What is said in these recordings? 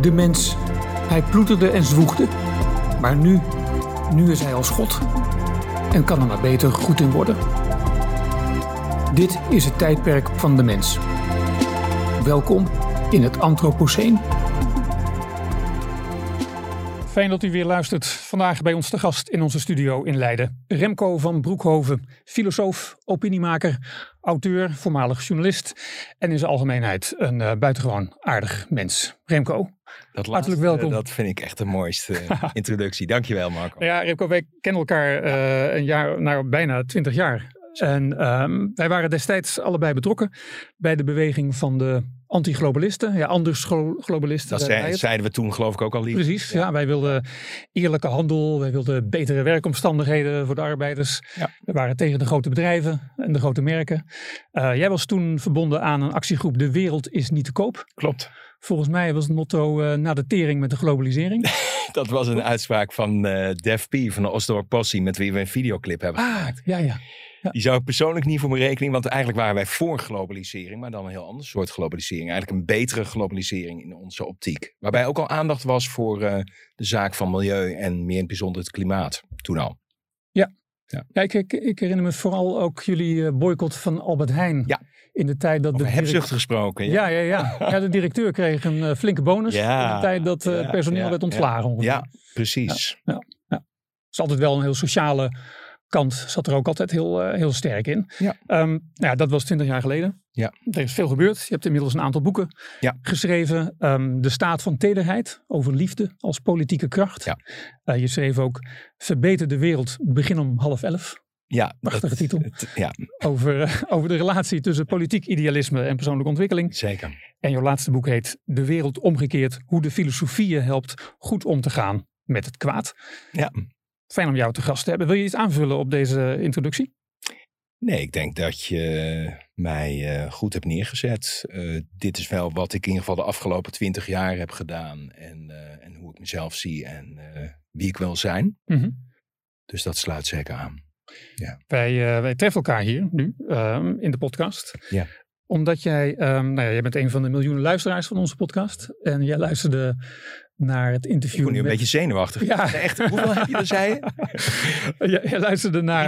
De mens, hij ploeterde en zwoegde. Maar nu is hij als God. En kan er maar beter goed in worden. Dit is het tijdperk van de mens. Welkom in het Anthropoceen. Fijn dat u weer luistert. Vandaag bij ons te gast in onze studio in Leiden. Remco van Broekhoven, filosoof, opiniemaker, auteur, voormalig journalist en in zijn algemeenheid een buitengewoon aardig mens. Remco, hartelijk welkom. Dat vind ik echt de mooiste introductie. Dankjewel, Marco. Ja, Remco, wij kennen elkaar bijna 20 jaar. En wij waren destijds allebei betrokken bij de beweging van de anti-globalisten. Ja, anders globalisten. Dat zeiden we toen geloof ik ook al lief. Precies, ja. Wij wilden eerlijke handel. Wij wilden betere werkomstandigheden voor de arbeiders. Ja. We waren tegen de grote bedrijven en de grote merken. Jij was toen verbonden aan een actiegroep De Wereld is niet te koop. Klopt. Volgens mij was het motto na de tering met de globalisering. Dat was een uitspraak van Def P van de Osdorp Posse met wie we een videoclip hebben gemaakt. Ja. Die zou ik persoonlijk niet voor mijn rekening, want eigenlijk waren wij voor globalisering, maar dan een heel ander soort globalisering. Eigenlijk een betere globalisering in onze optiek. Waarbij ook al aandacht was voor de zaak van milieu en meer in het bijzonder het klimaat, toen al. Ja, ik herinner me vooral ook jullie boycott van Albert Heijn. Ja. In de tijd dat over hebzucht gesproken. Ja. Ja, de directeur kreeg een flinke bonus in de tijd dat personeel werd ontslagen. Ongeveer. Ja, precies. Ja. Het is altijd wel een heel sociale kant, zat er ook altijd heel sterk in. Ja. Dat was 20 jaar geleden. Ja. Er is veel gebeurd. Je hebt inmiddels een aantal boeken geschreven. De staat van tederheid, over liefde als politieke kracht. Ja. Je schreef ook Verbeter de wereld, begin om 10:30. Ja, prachtige titel. Over de relatie tussen politiek idealisme en persoonlijke ontwikkeling. Zeker. En jouw laatste boek heet De wereld omgekeerd, hoe de filosofie je helpt goed om te gaan met het kwaad. Ja. Fijn om jou te gast te hebben. Wil je iets aanvullen op deze introductie? Nee, ik denk dat je mij goed hebt neergezet. Dit is wel wat ik in ieder geval de afgelopen 20 jaar heb gedaan. En hoe ik mezelf zie en wie ik wil zijn. Mm-hmm. Dus dat sluit zeker aan. Ja. Wij treffen elkaar hier nu in de podcast. Ja. Omdat jij bent een van de miljoenen luisteraars van onze podcast. En jij luisterde naar het interview. Ik word nu een beetje zenuwachtig. Ja. Echt, hoeveel heb je er, zei je? Jij luisterde naar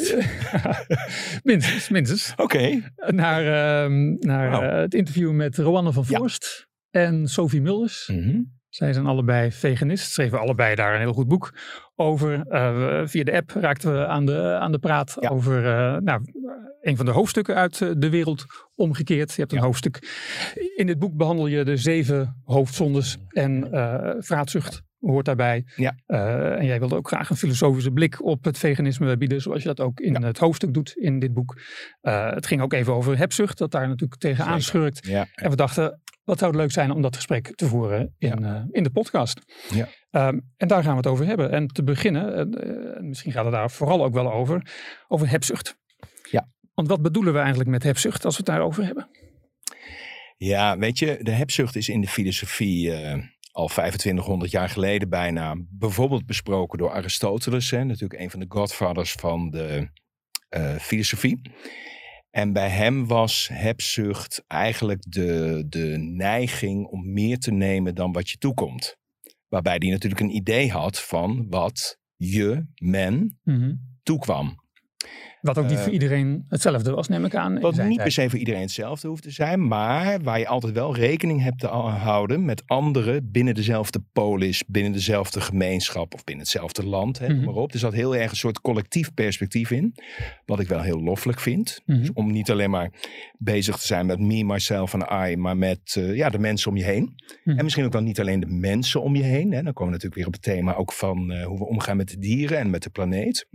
3000? Minstens. Oké. Naar het interview met Roanne van Voorst en Sophie Mulders. Mm-hmm. Zij zijn allebei veganist. Schreven allebei daar een heel goed boek over. Via de app raakten we aan de praat over een van de hoofdstukken uit De Wereld omgekeerd. Je hebt een hoofdstuk. In dit boek behandel je de 7 hoofdzondes en vraatzucht hoort daarbij. Ja. En jij wilde ook graag een filosofische blik op het veganisme bieden, zoals je dat ook in het hoofdstuk doet in dit boek. Het ging ook even over hebzucht, dat daar natuurlijk tegen aanschurkt. Ja. En we dachten, wat zou het leuk zijn om dat gesprek te voeren in de podcast. Ja. En daar gaan we het over hebben. En te beginnen, misschien gaat het daar vooral ook wel over hebzucht. Ja. Want wat bedoelen we eigenlijk met hebzucht als we het daarover hebben? Ja, weet je, de hebzucht is in de filosofie al 2500 jaar geleden bijna bijvoorbeeld besproken door Aristoteles. Natuurlijk een van de godfathers van de filosofie. En bij hem was hebzucht eigenlijk de neiging om meer te nemen dan wat je toekomt. Waarbij hij natuurlijk een idee had van wat men toekwam. Wat ook niet voor iedereen hetzelfde was, neem ik aan. Wat niet per se voor iedereen hetzelfde hoeft te zijn. Maar waar je altijd wel rekening hebt te houden met anderen binnen dezelfde polis, binnen dezelfde gemeenschap of binnen hetzelfde land. Noem maar op. Er zat heel erg een soort collectief perspectief in. Wat ik wel heel loffelijk vind. Dus om niet alleen maar bezig te zijn met me, myself en I. Maar met de mensen om je heen. En misschien ook dan niet alleen de mensen om je heen. Dan komen we natuurlijk weer op het thema ook van hoe we omgaan met de dieren en met de planeet.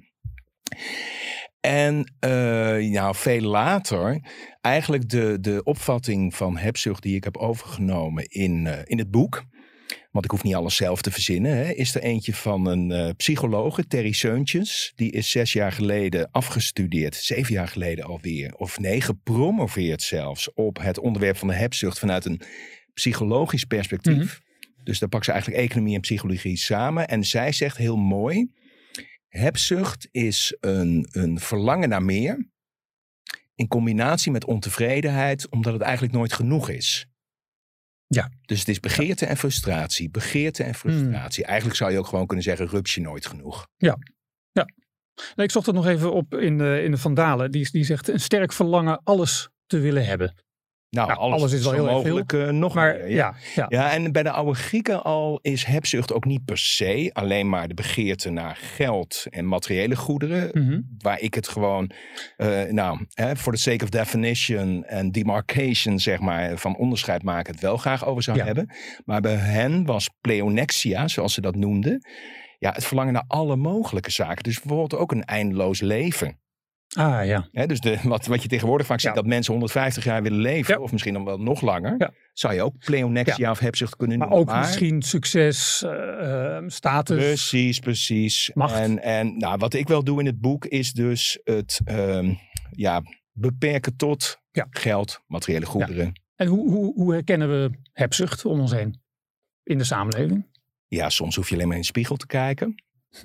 En veel later eigenlijk de opvatting van hebzucht die ik heb overgenomen in het boek. Want ik hoef niet alles zelf te verzinnen. Is er eentje van een psychologe, Terry Seuntjes. Die is 6 jaar geleden afgestudeerd. 7 jaar geleden alweer. Of nee, gepromoveerd zelfs op het onderwerp van de hebzucht vanuit een psychologisch perspectief. Mm-hmm. Dus daar pakt ze eigenlijk economie en psychologie samen. En zij zegt heel mooi: hebzucht is een verlangen naar meer in combinatie met ontevredenheid, omdat het eigenlijk nooit genoeg is. Ja. Dus het is begeerte en frustratie. Begeerte en frustratie. Eigenlijk zou je ook gewoon kunnen zeggen, rups je nooit genoeg. Ja. Nee, ik zocht het nog even op in de Van Dalen. Die zegt een sterk verlangen alles te willen hebben. Nou, alles is wel heel mogelijk nog maar, meer. Ja, en bij de oude Grieken al is hebzucht ook niet per se alleen maar de begeerte naar geld en materiële goederen. Mm-hmm. Waar ik het gewoon, for the sake of definition en demarcation, zeg maar, van onderscheid maken, het wel graag over zou hebben. Maar bij hen was pleonexia, zoals ze dat noemden, het verlangen naar alle mogelijke zaken. Dus bijvoorbeeld ook een eindeloos leven. Ah, ja. Dus wat je tegenwoordig vaak ziet, dat mensen 150 jaar willen leven, of misschien dan wel nog langer, zou je ook pleonexia of hebzucht kunnen noemen. Maar ook misschien succes, status. Precies. Macht. En wat ik wel doe in het boek is dus het beperken tot geld, materiële goederen. Ja. En hoe herkennen we hebzucht om ons heen in de samenleving? Ja, soms hoef je alleen maar in de spiegel te kijken.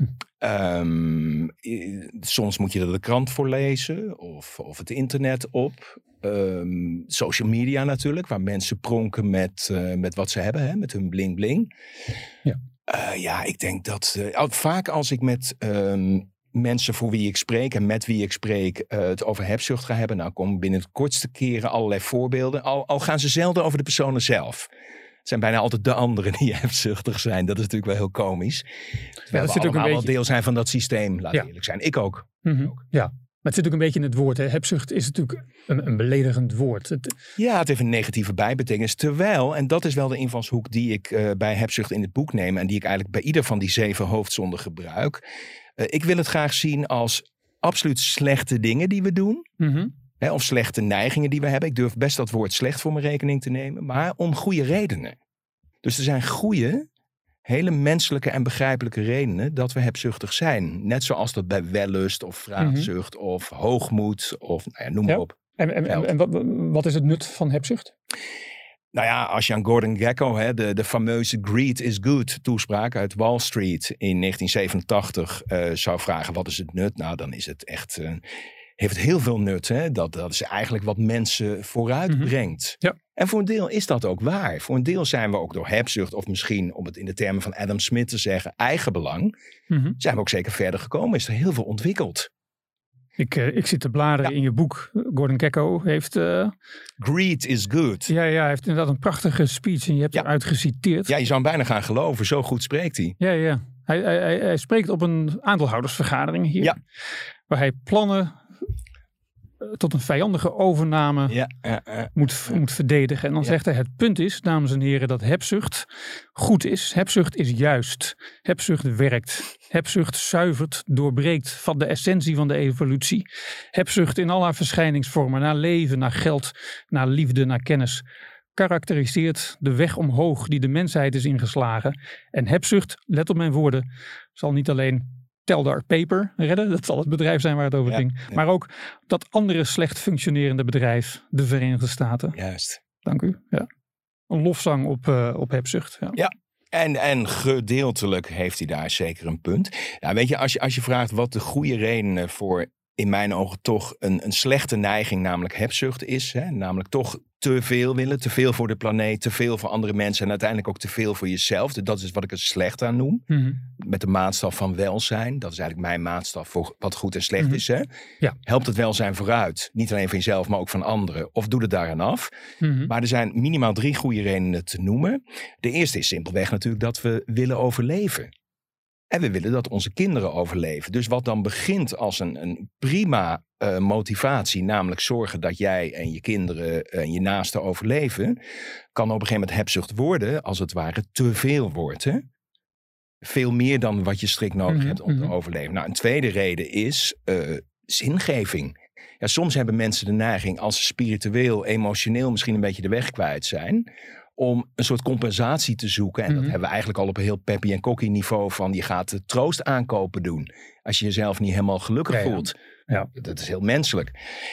Soms moet je er de krant voor lezen of het internet op. Social media natuurlijk, waar mensen pronken met wat ze hebben, hè, met hun bling bling. Ja. Ik denk dat vaak als ik met mensen voor wie ik spreek en met wie ik spreek het over hebzucht ga hebben, nou komen binnen de kortste keren allerlei voorbeelden. Al gaan ze zelden over de personen zelf. Het zijn bijna altijd de anderen die hebzuchtig zijn. Dat is natuurlijk wel heel komisch. Dat zit ook een beetje wel deel zijn van dat systeem, laat eerlijk zijn. Ik ook. Mm-hmm. Ja, maar het zit ook een beetje in het woord. Hè? Hebzucht is natuurlijk een beledigend woord. Het heeft een negatieve bijbetekenis. Terwijl, en dat is wel de invalshoek die ik bij hebzucht in het boek neem en die ik eigenlijk bij ieder van die 7 hoofdzonden gebruik. Ik wil het graag zien als absoluut slechte dingen die we doen. Mm-hmm. Of slechte neigingen die we hebben. Ik durf best dat woord slecht voor mijn rekening te nemen. Maar om goede redenen. Dus er zijn goede, hele menselijke en begrijpelijke redenen dat we hebzuchtig zijn. Net zoals dat bij wellust of vraatzucht of hoogmoed of noem maar op. En wat is het nut van hebzucht? Nou ja, als je aan Gordon Gekko, de fameuze Greed is Good toespraak uit Wall Street in 1987 zou vragen wat is het nut? Nou, dan is het echt... heeft het heel veel nut. Hè? Dat is eigenlijk wat mensen vooruit brengt. Ja. En voor een deel is dat ook waar. Voor een deel zijn we ook door hebzucht, of misschien om het in de termen van Adam Smith te zeggen, eigenbelang, zijn we ook zeker verder gekomen. Is er heel veel ontwikkeld. Ik zit te bladeren in je boek. Gordon Gekko heeft... Greed is good. Ja, hij heeft inderdaad een prachtige speech en je hebt eruit geciteerd. Ja, je zou hem bijna gaan geloven. Zo goed spreekt hij. Ja. Hij spreekt op een aandeelhoudersvergadering hier. Ja. Waar hij plannen tot een vijandige overname moet verdedigen. En dan zegt hij, het punt is, dames en heren, dat hebzucht goed is. Hebzucht is juist. Hebzucht werkt. Hebzucht zuivert, doorbreekt van de essentie van de evolutie. Hebzucht in al haar verschijningsvormen, naar leven, naar geld, naar liefde, naar kennis, karakteriseert de weg omhoog die de mensheid is ingeslagen. En hebzucht, let op mijn woorden, zal niet alleen Teldar Paper redden. Dat zal het bedrijf zijn waar het over ging. Ja. Maar ook dat andere slecht functionerende bedrijf, de Verenigde Staten. Juist. Dank u. Ja. Een lofzang op hebzucht. Ja. En gedeeltelijk heeft hij daar zeker een punt. Ja, weet je, als je vraagt wat de goede redenen voor in mijn ogen toch een slechte neiging, namelijk hebzucht is. Namelijk toch te veel willen, te veel voor de planeet, te veel voor andere mensen en uiteindelijk ook te veel voor jezelf. Dus dat is wat ik er slecht aan noem. Mm-hmm. Met de maatstaf van welzijn. Dat is eigenlijk mijn maatstaf voor wat goed en slecht is. Hè? Ja. Helpt het welzijn vooruit. Niet alleen van jezelf, maar ook van anderen. Of doe het daaraan af. Mm-hmm. Maar er zijn minimaal 3 goede redenen te noemen. De eerste is simpelweg natuurlijk dat we willen overleven. En we willen dat onze kinderen overleven. Dus wat dan begint als een prima motivatie, namelijk zorgen dat jij en je kinderen en je naasten overleven, kan op een gegeven moment hebzucht worden, als het ware te veel wordt. Hè? Veel meer dan wat je strikt nodig hebt om te overleven. Nou, een tweede reden is zingeving. Ja, soms hebben mensen de neiging, als ze spiritueel, emotioneel misschien een beetje de weg kwijt zijn, om een soort compensatie te zoeken. En dat hebben we eigenlijk al op een heel peppy en cocky niveau van je gaat troost aankopen doen. Als je jezelf niet helemaal gelukkig voelt. Ja. Dat is heel menselijk.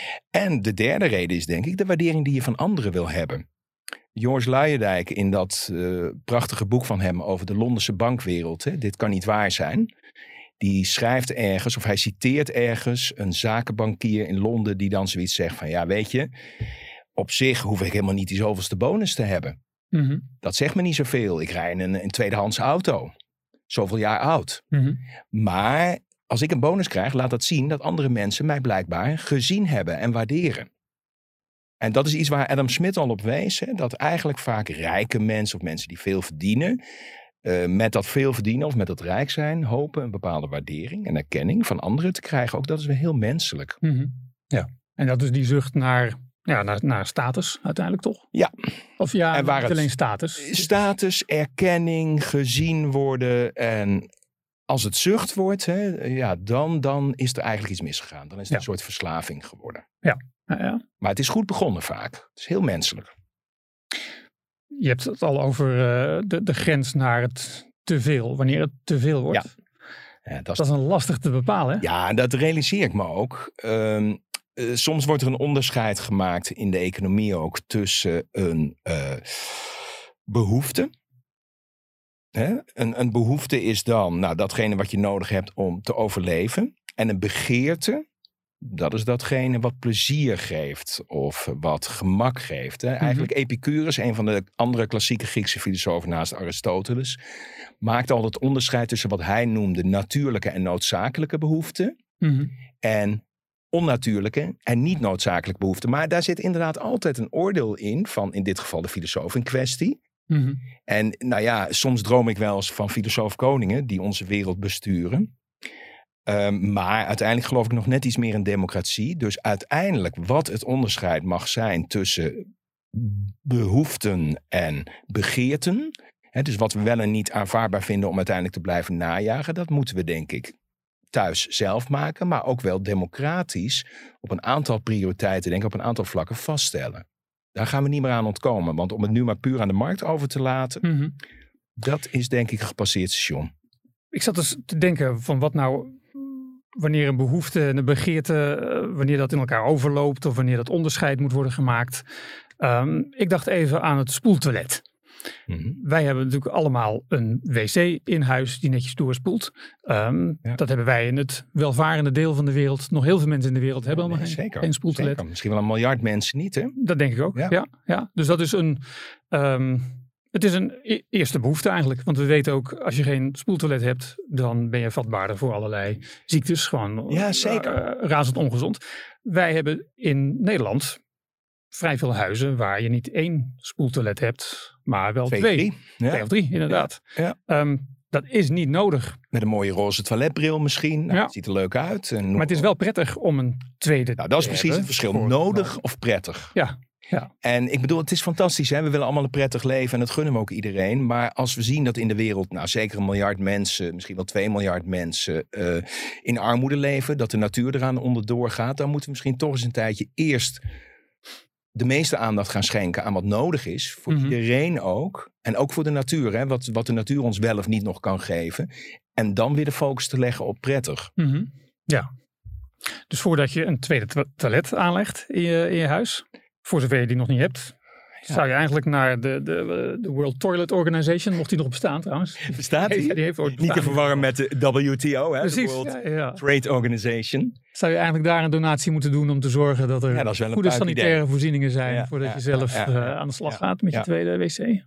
En de derde reden is denk ik de waardering die je van anderen wil hebben. Joris Luijendijk in dat prachtige boek van hem over de Londense bankwereld. Hè, Dit kan niet waar zijn. Die schrijft ergens of hij citeert ergens een zakenbankier in Londen die dan zoiets zegt van ja weet je, op zich hoef ik helemaal niet die zoveelste bonus te hebben. Mm-hmm. Dat zegt me niet zoveel. Ik rij in een tweedehands auto. Zoveel jaar oud. Mm-hmm. Maar als ik een bonus krijg, laat dat zien dat andere mensen mij blijkbaar gezien hebben en waarderen. En dat is iets waar Adam Smith al op wees. Hè, dat eigenlijk vaak rijke mensen of mensen die veel verdienen, met dat veel verdienen of met dat rijk zijn, hopen een bepaalde waardering en erkenning van anderen te krijgen. Ook dat is weer heel menselijk. Mm-hmm. Ja. En dat is die zucht naar status uiteindelijk toch? Ja. Of ja, niet alleen status. Status, erkenning, gezien worden. En als het zucht wordt, dan is er eigenlijk iets misgegaan. Dan is het een soort verslaving geworden. Ja. Maar het is goed begonnen vaak. Het is heel menselijk. Je hebt het al over de grens naar het te veel. Wanneer het te veel wordt. Ja, dat is een lastig te bepalen. Hè? Ja, dat realiseer ik me ook. Soms wordt er een onderscheid gemaakt in de economie ook tussen een behoefte. Hè? Een behoefte is dan datgene wat je nodig hebt om te overleven. En een begeerte, dat is datgene wat plezier geeft of wat gemak geeft. Hè? Eigenlijk Epicurus, een van de andere klassieke Griekse filosofen naast Aristoteles, maakt al het onderscheid tussen wat hij noemde natuurlijke en noodzakelijke behoeften. Mm-hmm. En onnatuurlijke en niet noodzakelijke behoeften. Maar daar zit inderdaad altijd een oordeel in van in dit geval de filosoof in kwestie. Mm-hmm. En soms droom ik wel eens van filosoof-koningen die onze wereld besturen. Maar uiteindelijk geloof ik nog net iets meer in democratie. Dus uiteindelijk wat het onderscheid mag zijn tussen behoeften en begeerten. Dus wat we wel en niet aanvaardbaar vinden om uiteindelijk te blijven najagen. Dat moeten we denk ik thuis zelf maken. Maar ook wel democratisch op een aantal prioriteiten, denk ik op een aantal vlakken vaststellen. Daar gaan we niet meer aan ontkomen. Want om het nu maar puur aan de markt over te laten. Dat is denk ik een gepasseerd station. Ik zat dus te denken van wat nou, wanneer een behoefte en een begeerte, wanneer dat in elkaar overloopt of wanneer dat onderscheid moet worden gemaakt. Ik dacht even aan het spoeltoilet. Wij hebben natuurlijk allemaal een wc in huis die netjes doorspoelt. Dat hebben wij in het welvarende deel van de wereld. Nog heel veel mensen in de wereld hebben allemaal geen spoeltoilet. Zeker. Misschien wel 1 miljard mensen niet, hè? Dat denk ik ook, ja. Dus dat is het is een eerste behoefte eigenlijk. Want we weten ook, als je geen spoeltoilet hebt, dan ben je vatbaarder voor allerlei ziektes. Gewoon razend ongezond. Wij hebben in Nederland vrij veel huizen waar je niet 1 spoeltoilet hebt, maar wel 2. 2 of 3, inderdaad. Ja. Dat is niet nodig. Met een mooie roze toiletbril misschien. Het ziet er leuk uit. Maar het is wel prettig om een tweede dat is precies het verschil. Nodig of prettig. Ja. En ik bedoel, het is fantastisch. Hè? We willen allemaal een prettig leven en dat gunnen we ook iedereen. Maar als we zien dat in de wereld zeker 1 miljard mensen, misschien wel 2 miljard mensen in armoede leven, dat de natuur eraan onderdoor gaat, dan moeten we misschien toch eens een tijdje eerst de meeste aandacht gaan schenken aan wat nodig is. Voor iedereen ook. En ook voor de natuur. Hè? Wat de natuur ons wel of niet nog kan geven. En dan weer de focus te leggen op prettig. Ja. Dus voordat je een tweede toilet aanlegt in je huis, voor zover je die nog niet hebt, zou je eigenlijk naar de World Toilet Organization, mocht die nog bestaan trouwens. Bestaat die? Die heeft ooit niet te verwarren met de WTO, hè? Precies, de World Trade Organization. Zou je eigenlijk daar een donatie moeten doen om te zorgen dat er goede sanitaire voorzieningen zijn voordat je zelf aan de slag gaat met je tweede wc?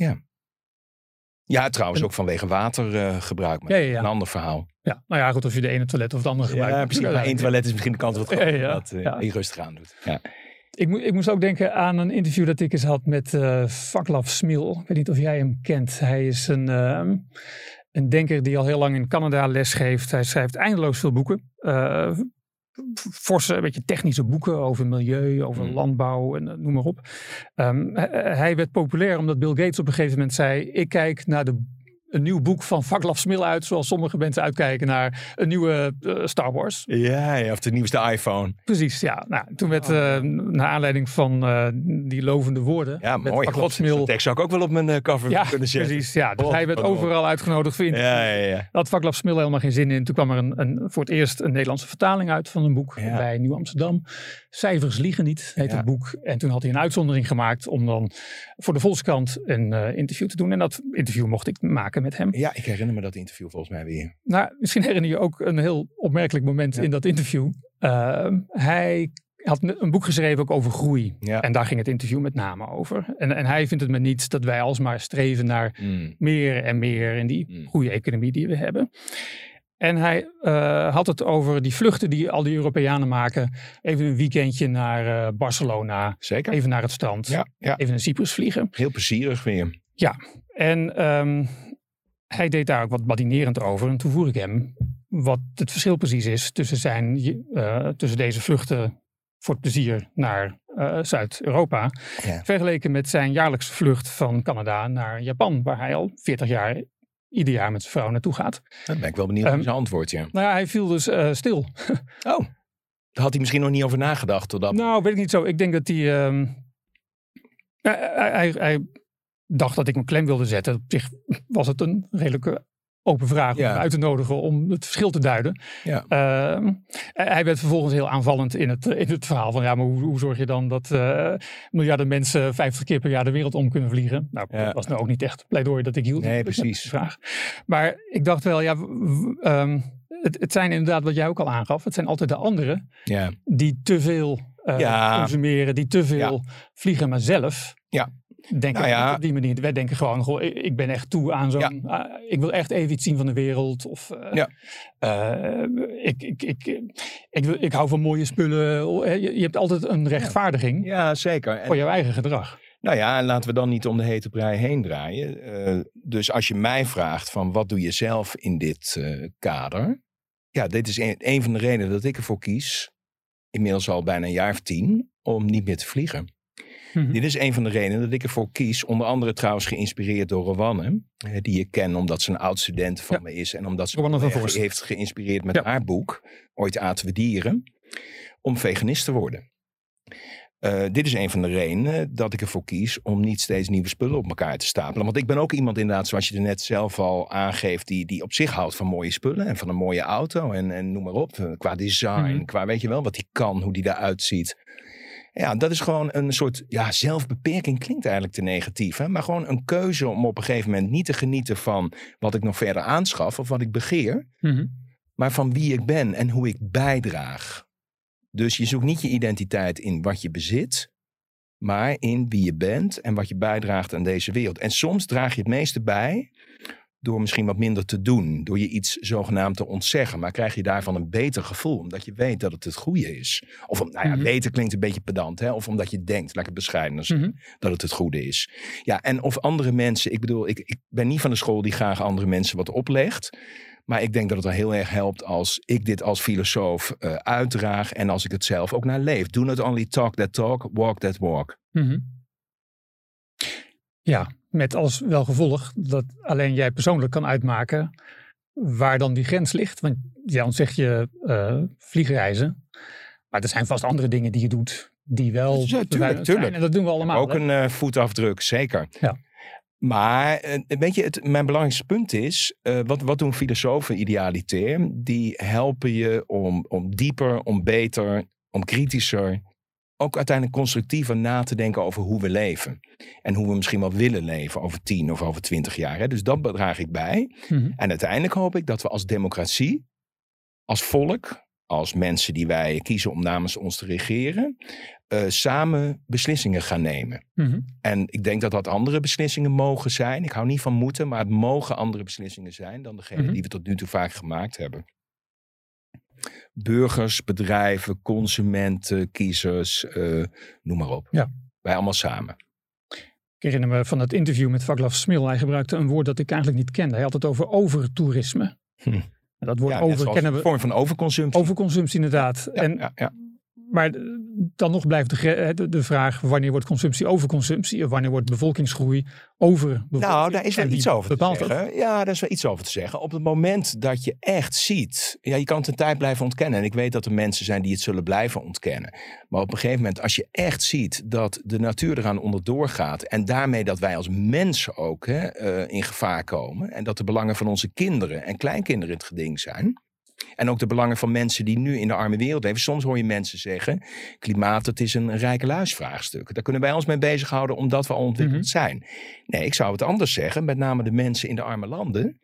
Ja, trouwens ook vanwege watergebruik. Een ander verhaal. Ja, nou ja, goed, of je de ene toilet of de andere gebruikt. Ja, precies. Maar 1 toilet is misschien de kans wat groter dat je rustig aan doet. Ja. Ik moest ook denken aan een interview dat ik eens had met Vaclav Smil. Ik weet niet of jij hem kent. Hij is een denker die al heel lang in Canada lesgeeft. Hij schrijft eindeloos veel boeken. Forse, een beetje technische boeken over milieu, over landbouw en noem maar op. Hij werd populair omdat Bill Gates op een gegeven moment zei: ik kijk naar een nieuw boek van Vaclav Smil uit, zoals sommige mensen uitkijken naar een nieuwe Star Wars. Ja, of de nieuwste iPhone. Precies, ja. Nou, toen werd naar aanleiding van die lovende woorden. Ja, mooi. Vaclav Smil, dat tekst zou ik ook wel op mijn cover kunnen zetten. Precies, ja. Dus hij werd overal uitgenodigd voor interviews. Ja. Daar had Vaclav Smil helemaal geen zin in. Toen kwam er voor het eerst een Nederlandse vertaling uit van een boek bij Nieuw Amsterdam. Cijfers liegen niet, heet het boek. En toen had hij een uitzondering gemaakt om dan voor de Volkskrant een interview te doen. En dat interview mocht ik maken met hem. Ja, ik herinner me dat interview volgens mij weer. Nou, misschien herinner je ook een heel opmerkelijk moment in dat interview. Hij had een boek geschreven ook over groei. Ja. En daar ging het interview met name over. En hij vindt het met niets dat wij alsmaar streven naar meer en meer in die goede economie die we hebben. En hij had het over die vluchten die al die Europeanen maken. Even een weekendje naar Barcelona. Zeker. Even naar het strand. Ja. Even naar Cyprus vliegen. Heel plezierig weer. Ja, en hij deed daar ook wat badinerend over. En toen vroeg ik hem wat het verschil precies is tussen deze vluchten voor het plezier naar Zuid-Europa. Ja. Vergeleken met zijn jaarlijkse vlucht van Canada naar Japan. Waar hij al 40 jaar ieder jaar met zijn vrouw naartoe gaat. Dan ben ik wel benieuwd naar zijn antwoord, ja. Nou ja, hij viel dus stil. Oh, daar had hij misschien nog niet over nagedacht. Totdat... Nou, weet ik niet zo. Ik denk dat hij dacht dat ik me klem wilde zetten. Op zich was het een redelijke open vraag om hem uit te nodigen om het verschil te duiden. Ja. Hij werd vervolgens heel aanvallend in het verhaal van ja, maar hoe zorg je dan dat miljarden mensen 50 keer per jaar de wereld om kunnen vliegen? Nou, dat was nou ook niet echt pleidooi dat ik hield. Nee, precies. Vraag. Maar ik dacht wel, ja, het zijn inderdaad wat jij ook al aangaf. Het zijn altijd de anderen die te veel consumeren, die te veel vliegen, maar zelf. Ja. Denken op die manier. Wij denken gewoon, goh, ik ben echt toe aan zo'n... ik wil echt even iets zien van de wereld. Of ik hou van mooie spullen. Je hebt altijd een rechtvaardiging zeker. voor jouw eigen gedrag. Nou ja, en laten we dan niet om de hete brei heen draaien. Dus als je mij vraagt van wat doe je zelf in dit kader? Ja, dit is een van de redenen dat ik ervoor kies, inmiddels al bijna een jaar of 10, om niet meer te vliegen. Dit is een van de redenen dat ik ervoor kies. Onder andere trouwens geïnspireerd door Rowanne. Die ik ken omdat ze een oud student van me is. En omdat ze me heeft geïnspireerd met haar boek. Ooit aten we dieren. Om veganist te worden. Dit is een van de redenen dat ik ervoor kies om niet steeds nieuwe spullen op elkaar te stapelen. Want ik ben ook iemand inderdaad, zoals je er net zelf al aangeeft, die op zich houdt van mooie spullen en van een mooie auto en noem maar op. Qua design, qua weet je wel, wat die kan, hoe die eruit ziet. Ja, dat is gewoon een soort zelfbeperking, klinkt eigenlijk te negatief. Hè? Maar gewoon een keuze om op een gegeven moment niet te genieten van wat ik nog verder aanschaf of wat ik begeer. Maar van wie ik ben en hoe ik bijdraag. Dus je zoekt niet je identiteit in wat je bezit, maar in wie je bent en wat je bijdraagt aan deze wereld. En soms draag je het meeste bij door misschien wat minder te doen, door je iets zogenaamd te ontzeggen. Maar krijg je daarvan een beter gevoel, omdat je weet dat het goede is. Of, weten klinkt een beetje pedant, hè? Of omdat je denkt, laat ik het bescheiden zeggen, dat het goede is. Ja, en of andere mensen, ik bedoel, ik ben niet van de school die graag andere mensen wat oplegt. Maar ik denk dat het wel heel erg helpt als ik dit als filosoof uitdraag en als ik het zelf ook naar leef. Do not only talk that talk, walk that walk. Ja, met als wel gevolg dat alleen jij persoonlijk kan uitmaken waar dan die grens ligt. Want dan zeg je vliegreizen, maar er zijn vast andere dingen die je doet die wel tuurlijk. En dat doen we allemaal. Ook een voetafdruk, zeker. Ja. Maar weet je, mijn belangrijkste punt is, wat doen filosofen idealitair? Die helpen je om dieper, om beter, om kritischer, ook uiteindelijk constructiever na te denken over hoe we leven. En hoe we misschien wel willen leven over 10 of over 20 jaar. Hè? Dus dat draag ik bij. En uiteindelijk hoop ik dat we als democratie, als volk, als mensen die wij kiezen om namens ons te regeren, samen beslissingen gaan nemen. En ik denk dat dat andere beslissingen mogen zijn. Ik hou niet van moeten, maar het mogen andere beslissingen zijn dan degene die we tot nu toe vaak gemaakt hebben. Burgers, bedrijven, consumenten, kiezers, noem maar op. Ja. Wij allemaal samen. Ik herinner me van het interview met Vaclav Smil. Hij gebruikte een woord dat ik eigenlijk niet kende. Hij had het over overtoerisme. Dat woord over kennen we. Een vorm van overconsumptie. Overconsumptie inderdaad. Maar dan nog blijft de vraag, wanneer wordt consumptie overconsumptie? Of wanneer wordt bevolkingsgroei overbevolking? Nou, daar is wel iets over te zeggen. Ja, daar is wel iets over te zeggen. Op het moment dat je echt ziet, je kan het een tijd blijven ontkennen. En ik weet dat er mensen zijn die het zullen blijven ontkennen. Maar op een gegeven moment, als je echt ziet dat de natuur eraan onderdoor gaat. En daarmee dat wij als mensen ook in gevaar komen. En dat de belangen van onze kinderen en kleinkinderen in het geding zijn. En ook de belangen van mensen die nu in de arme wereld leven. Soms hoor je mensen zeggen, klimaat, het is een rijkeluisvraagstuk. Daar kunnen wij ons mee bezighouden omdat we al ontwikkeld zijn. Nee, ik zou het anders zeggen. Met name de mensen in de arme landen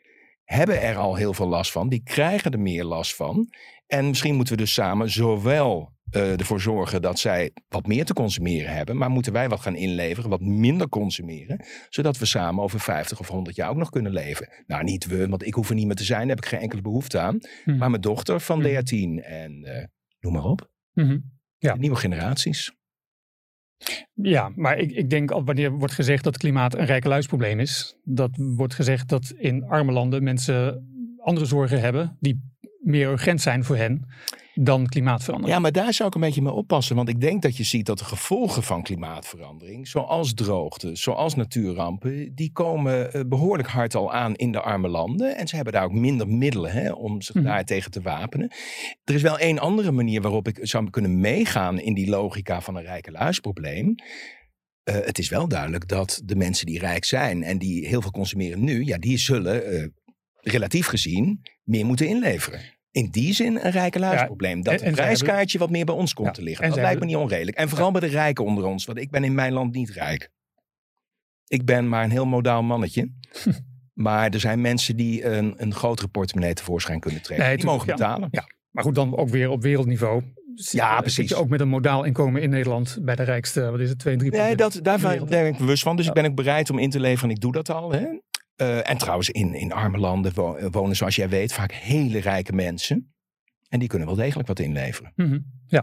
hebben er al heel veel last van. Die krijgen er meer last van. En misschien moeten we dus samen zowel ervoor zorgen dat zij wat meer te consumeren hebben. Maar moeten wij wat gaan inleveren, wat minder consumeren. Zodat we samen over 50 of 100 jaar ook nog kunnen leven. Nou, niet we, want ik hoef er niet meer te zijn. Daar heb ik geen enkele behoefte aan. Maar mijn dochter van 13 en noem maar op. De nieuwe generaties. Ja, maar ik denk al wanneer wordt gezegd dat klimaat een rijkeluisprobleem is. Dat wordt gezegd dat in arme landen mensen andere zorgen hebben die meer urgent zijn voor hen dan klimaatverandering. Ja, maar daar zou ik een beetje mee oppassen. Want ik denk dat je ziet dat de gevolgen van klimaatverandering, zoals droogte, zoals natuurrampen, die komen behoorlijk hard al aan in de arme landen. En ze hebben daar ook minder middelen om zich daartegen te wapenen. Er is wel één andere manier waarop ik zou kunnen meegaan in die logica van een rijkeluisprobleem. Het is wel duidelijk dat de mensen die rijk zijn en die heel veel consumeren nu, ja, die zullen relatief gezien meer moeten inleveren. In die zin een rijkeluisprobleem. Dat het prijskaartje wat meer bij ons komt te liggen. Dat lijkt me niet onredelijk. En vooral bij de rijken onder ons. Want ik ben in mijn land niet rijk. Ik ben maar een heel modaal mannetje. Maar er zijn mensen die een grotere portemonnee tevoorschijn kunnen trekken. Die mogen betalen. Ja. Maar goed, dan ook weer op wereldniveau. Ja, precies. Zit je ook met een modaal inkomen in Nederland bij de rijkste, wat is het, 2-3%? Nee, daarvan ben ik bewust van. Dus ik ben ook bereid om in te leveren. Ik doe dat al. En trouwens, in arme landen wonen, zoals jij weet, vaak hele rijke mensen. En die kunnen wel degelijk wat inleveren. Ja.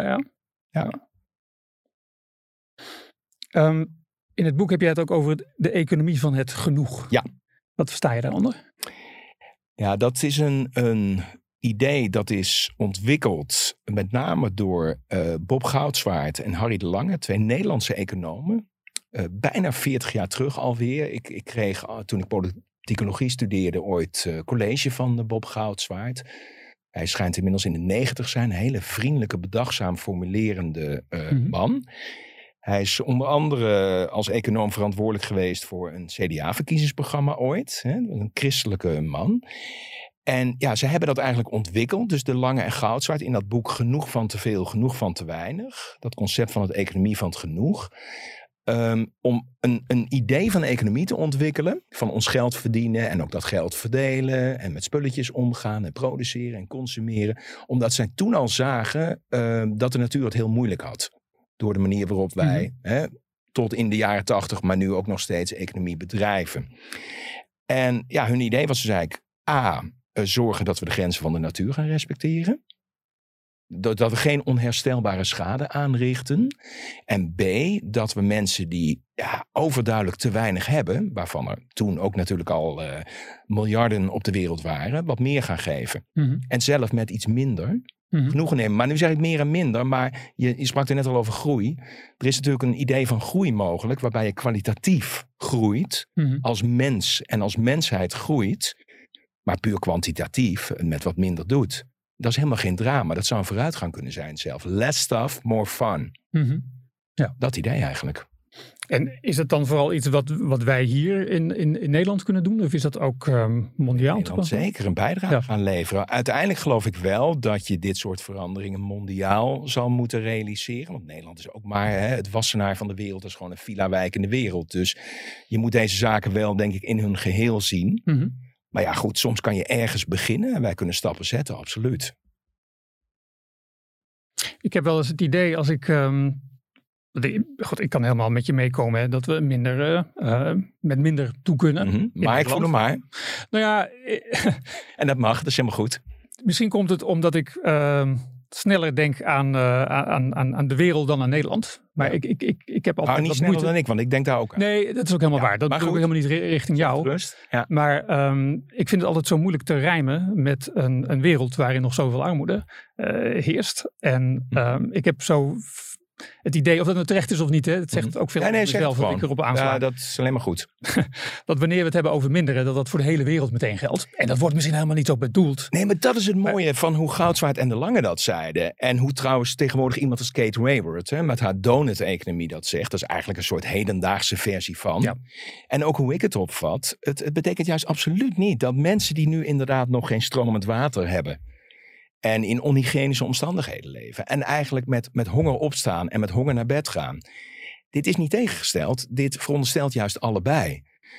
In het boek heb jij het ook over de economie van het genoeg. Ja. Wat versta je daaronder? Ja, dat is een idee dat is ontwikkeld met name door Bob Goudswaard en Harry de Lange, 2 Nederlandse economen. Bijna 40 jaar terug alweer. Ik kreeg toen ik politicologie studeerde ooit college van Bob Goudswaard. Hij schijnt inmiddels in de 90 zijn. Een hele vriendelijke, bedachtzaam formulerende man. Hij is onder andere als econoom verantwoordelijk geweest voor een CDA-verkiezingsprogramma ooit. Een christelijke man. En ja, ze hebben dat eigenlijk ontwikkeld. Dus de Lange en Goudswaard in dat boek Genoeg van te veel, genoeg van te weinig. Dat concept van het economie van het genoeg. Om een idee van de economie te ontwikkelen. Van ons geld verdienen en ook dat geld verdelen. En met spulletjes omgaan en produceren en consumeren. Omdat zij toen al zagen dat de natuur het heel moeilijk had. Door de manier waarop wij tot in de jaren 80, maar nu ook nog steeds economie bedrijven. En ja, hun idee was dus eigenlijk zorgen dat we de grenzen van de natuur gaan respecteren. Dat we geen onherstelbare schade aanrichten. En B, dat we mensen die overduidelijk te weinig hebben, waarvan er toen ook natuurlijk al miljarden op de wereld waren, wat meer gaan geven. En zelf met iets minder genoegen nemen. Maar nu zeg ik meer en minder, maar je sprak er net al over groei. Er is natuurlijk een idee van groei mogelijk, waarbij je kwalitatief groeit als mens en als mensheid groeit, maar puur kwantitatief met wat minder doet. Dat is helemaal geen drama. Dat zou een vooruitgang kunnen zijn zelf. Less stuff, more fun. Ja. Dat idee eigenlijk. En is het dan vooral iets wat wij hier in Nederland kunnen doen? Of is dat ook mondiaal? Nederland zeker een bijdrage gaan leveren. Uiteindelijk geloof ik wel dat je dit soort veranderingen mondiaal zal moeten realiseren. Want Nederland is ook maar het wassenaar van de wereld. Dat is gewoon een villa-wijk in de wereld. Dus je moet deze zaken wel, denk ik, in hun geheel zien. Maar ja, goed, soms kan je ergens beginnen en wij kunnen stappen zetten, absoluut. Ik heb wel eens het idee als ik... ik kan helemaal met je meekomen dat we met minder toe kunnen. Maar ik voel hem maar. Nou ja... en dat mag, dat is helemaal goed. Misschien komt het omdat ik sneller denk aan de wereld dan aan Nederland. Maar ik heb altijd niet sneller dan ik, want ik denk daar ook aan. Nee, dat is ook helemaal waar. Dat bedoel ik helemaal niet richting jou. Rust. Ja. Maar ik vind het altijd zo moeilijk te rijmen met een wereld waarin nog zoveel armoede heerst. En ik heb zo het idee, of dat nou terecht is of niet, het zegt ook veel over mezelf dat ik erop aansla. Ja, dat is alleen maar goed. Dat wanneer we het hebben over minderen, dat voor de hele wereld meteen geldt. En dat wordt misschien helemaal niet zo bedoeld. Nee, maar dat is het mooie van hoe Goudswaard en de Lange dat zeiden. En hoe trouwens tegenwoordig iemand als Kate Raworth met haar donut-economie dat zegt. Dat is eigenlijk een soort hedendaagse versie van. Ja. En ook hoe ik het opvat. Het betekent juist absoluut niet dat mensen die nu inderdaad nog geen stromend water hebben en in onhygiënische omstandigheden leven. En eigenlijk met honger opstaan en met honger naar bed gaan. Dit is niet tegengesteld. Dit veronderstelt juist allebei.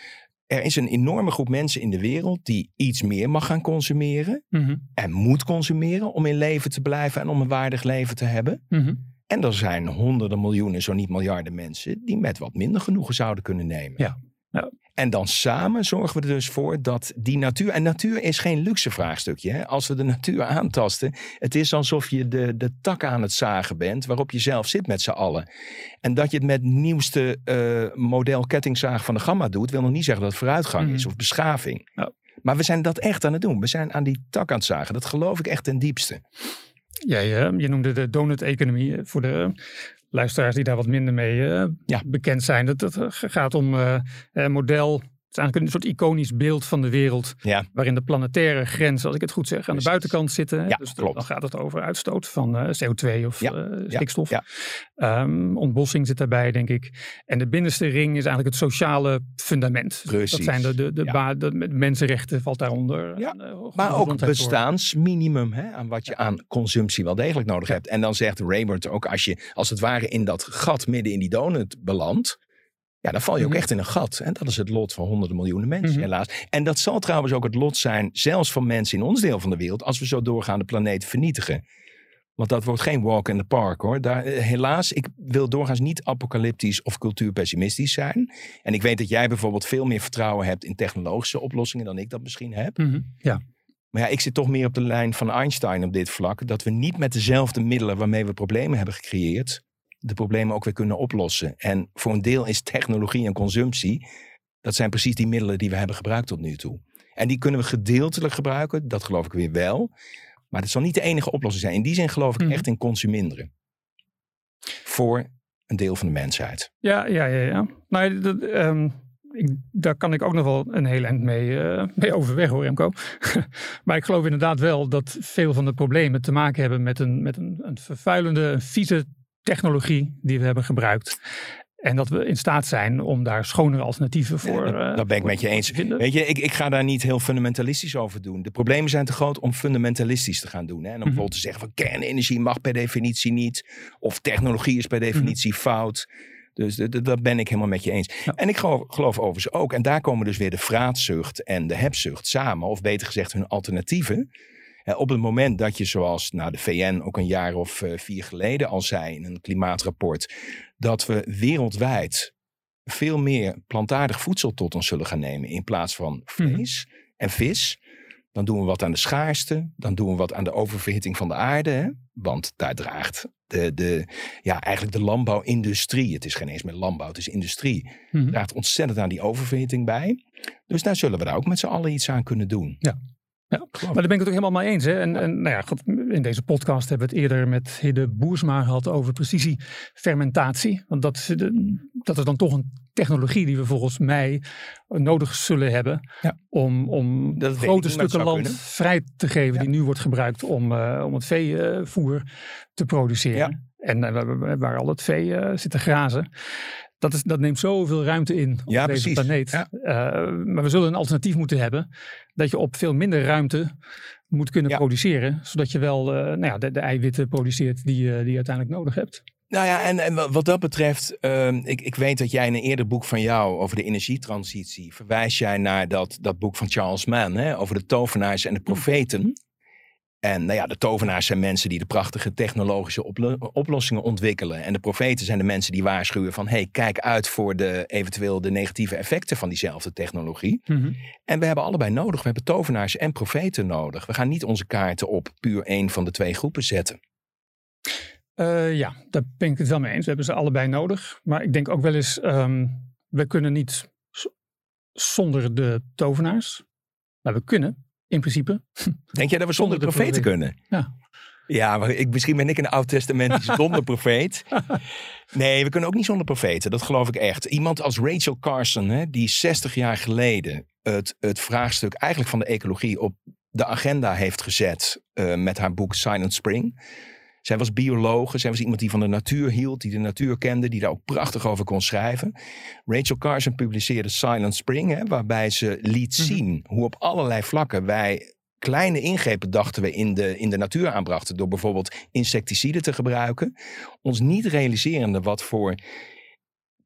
er is een enorme groep mensen in de wereld die iets meer mag gaan consumeren. En moet consumeren om in leven te blijven en om een waardig leven te hebben. En er zijn honderden miljoenen, zo niet miljarden mensen die met wat minder genoegen zouden kunnen nemen. Ja. En dan samen zorgen we er dus voor dat die natuur... En natuur is geen luxe vraagstukje. Hè? Als we de natuur aantasten... Het is alsof je de tak aan het zagen bent... waarop je zelf zit met z'n allen. En dat je het met het nieuwste model kettingzaag van de Gamma doet... wil nog niet zeggen dat het vooruitgang is of beschaving. Ja. Maar we zijn dat echt aan het doen. We zijn aan die tak aan het zagen. Dat geloof ik echt ten diepste. Ja, je noemde de donut-economie voor de... luisteraars die daar wat minder mee bekend zijn. Dat gaat om een model. Het is eigenlijk een soort iconisch beeld van de wereld. Ja. Waarin de planetaire grenzen, als ik het goed zeg, aan de buitenkant zitten. Ja, dus klopt. Dan gaat het over uitstoot van CO2 of stikstof. Ja. Ontbossing zit daarbij, denk ik. En de binnenste ring is eigenlijk het sociale fundament. Precies. Dat zijn de mensenrechten valt daaronder. Ja. Maar ook bestaansminimum aan wat je aan consumptie wel degelijk nodig hebt. En dan zegt Raymond ook, als je als het ware in dat gat midden in die donut belandt. Ja, dan val je ook echt in een gat. En dat is het lot van honderden miljoenen mensen, helaas. En dat zal trouwens ook het lot zijn, zelfs van mensen in ons deel van de wereld, als we zo doorgaan de planeet vernietigen. Want dat wordt geen walk in the park, hoor. Helaas, ik wil doorgaans niet apocalyptisch of cultuurpessimistisch zijn. En ik weet dat jij bijvoorbeeld veel meer vertrouwen hebt in technologische oplossingen dan ik dat misschien heb. Ja. Maar ja, ik zit toch meer op de lijn van Einstein op dit vlak. Dat we niet met dezelfde middelen waarmee we problemen hebben gecreëerd, de problemen ook weer kunnen oplossen. En voor een deel is technologie en consumptie, dat zijn precies die middelen die we hebben gebruikt tot nu toe. En die kunnen we gedeeltelijk gebruiken, dat geloof ik weer wel. Maar dat zal niet de enige oplossing zijn. In die zin geloof ik echt in consuminderen. Voor een deel van de mensheid. Ja. Nou, daar kan ik ook nog wel een heel eind mee overweg, hoor, Remco. Maar ik geloof inderdaad wel dat veel van de problemen te maken hebben met een vervuilende, een vieze technologie die we hebben gebruikt. En dat we in staat zijn om daar schonere alternatieven voor dat ben ik met je eens. Weet je, ik ga daar niet heel fundamentalistisch over doen. De problemen zijn te groot om fundamentalistisch te gaan doen. Hè? En om bijvoorbeeld te zeggen van kernenergie mag per definitie niet. Of technologie is per definitie fout. Dus dat ben ik helemaal met je eens. Ja. En ik geloof overigens ook, en daar komen dus weer de vraatzucht en de hebzucht samen. Of beter gezegd hun alternatieven. Op het moment dat je, zoals de VN ook een jaar of 4 geleden al zei in een klimaatrapport, dat we wereldwijd veel meer plantaardig voedsel tot ons zullen gaan nemen in plaats van vlees en vis, dan doen we wat aan de schaarste, dan doen we wat aan de oververhitting van de aarde. Hè? Want daar draagt eigenlijk de landbouwindustrie, het is geen eens meer landbouw, het is industrie, draagt ontzettend aan die oververhitting bij. Dus daar zullen we daar ook met z'n allen iets aan kunnen doen. Ja. Ja, maar daar ben ik het ook helemaal mee eens. Hè? En goed, in deze podcast hebben we het eerder met Hidde Boersma gehad over precisiefermentatie. Want dat is dan toch een technologie die we volgens mij nodig zullen hebben om grote stukken land vrij te geven die nu wordt gebruikt om het veevoer te produceren. Ja. En waar al het vee zit te grazen. Dat neemt zoveel ruimte in op deze planeet. Ja. Maar we zullen een alternatief moeten hebben. Dat je op veel minder ruimte moet kunnen produceren. Zodat je wel de eiwitten produceert die je uiteindelijk nodig hebt. Nou ja, en wat dat betreft, ik weet dat jij in een eerder boek van jou over de energietransitie, verwijs jij naar dat boek van Charles Mann, over de tovenaars en de profeten. En de tovenaars zijn mensen die de prachtige technologische oplossingen ontwikkelen. En de profeten zijn de mensen die waarschuwen van, kijk uit voor eventueel de negatieve effecten van diezelfde technologie. En we hebben allebei nodig. We hebben tovenaars en profeten nodig. We gaan niet onze kaarten op puur één van de twee groepen zetten. Daar ben ik het wel mee eens. We hebben ze allebei nodig. Maar ik denk ook wel eens, we kunnen niet zonder de tovenaars. Maar we kunnen. In principe. Denk jij dat we zonder de profeten kunnen? Ja. Ja, maar misschien ben ik een oud-testamentisch zonder profeet. Nee, we kunnen ook niet zonder profeten. Dat geloof ik echt. Iemand als Rachel Carson, die 60 jaar geleden het vraagstuk eigenlijk van de ecologie op de agenda heeft gezet met haar boek Silent Spring. Zij was biologe, zij was iemand die van de natuur hield, die de natuur kende, die daar ook prachtig over kon schrijven. Rachel Carson publiceerde Silent Spring, waarbij ze liet zien hoe op allerlei vlakken wij kleine ingrepen dachten we in de natuur aanbrachten. Door bijvoorbeeld insecticiden te gebruiken. Ons niet realiserende wat voor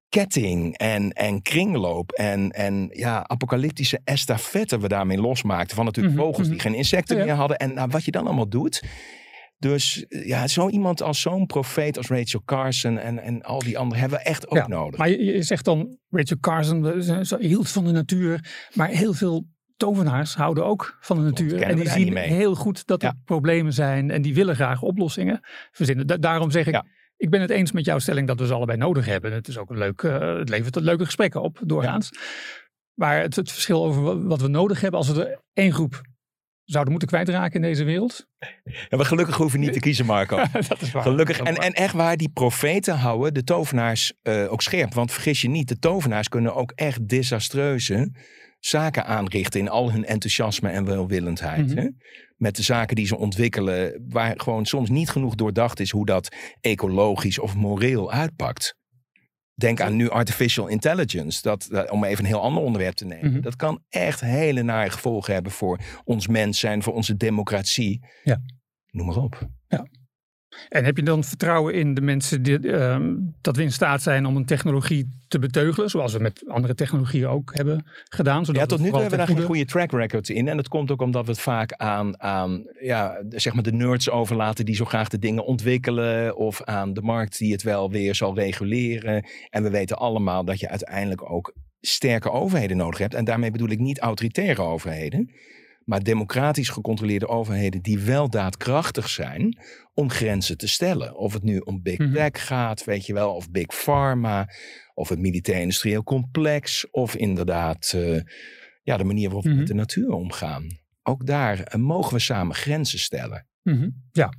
ketting en kringloop en apocalyptische estafette we daarmee losmaakten. Van natuurlijk vogels die geen insecten meer hadden. En wat je dan allemaal doet. Dus zo iemand als zo'n profeet als Rachel Carson en al die anderen hebben we echt ook nodig. Maar je zegt dan, Rachel Carson ze hield van de natuur, maar heel veel tovenaars houden ook van de natuur. En die zien heel goed dat er problemen zijn en die willen graag oplossingen verzinnen. Daarom zeg ik, ik ben het eens met jouw stelling dat we ze allebei nodig hebben. Het is ook het levert leuke gesprekken op, doorgaans. Ja. Maar het verschil over wat we nodig hebben, als we er één groep zouden moeten kwijtraken in deze wereld. Ja, maar gelukkig hoeven we niet te kiezen, Marco. Dat is waar. Gelukkig. En echt waar, die profeten houden de tovenaars ook scherp. Want vergis je niet, de tovenaars kunnen ook echt desastreuze zaken aanrichten in al hun enthousiasme en welwillendheid. Hè? Met de zaken die ze ontwikkelen, waar gewoon soms niet genoeg doordacht is hoe dat ecologisch of moreel uitpakt. Denk aan nu artificial intelligence, om even een heel ander onderwerp te nemen. Dat kan echt hele nare gevolgen hebben voor ons mens zijn, voor onze democratie. Ja. Noem maar op. Ja. En heb je dan vertrouwen in de mensen dat we in staat zijn om een technologie te beteugelen, zoals we met andere technologieën ook hebben gedaan? Tot nu toe hebben we daar geen goede track record in. En dat komt ook omdat we het vaak aan zeg maar de nerds overlaten die zo graag de dingen ontwikkelen, of aan de markt die het wel weer zal reguleren. En we weten allemaal dat je uiteindelijk ook sterke overheden nodig hebt. En daarmee bedoel ik niet autoritaire overheden, maar democratisch gecontroleerde overheden die wel daadkrachtig zijn om grenzen te stellen. Of het nu om Big Tech gaat, weet je wel, of Big Pharma, of het militair-industrieel complex, of inderdaad de manier waarop we met de natuur omgaan. Ook daar mogen we samen grenzen stellen. Ja.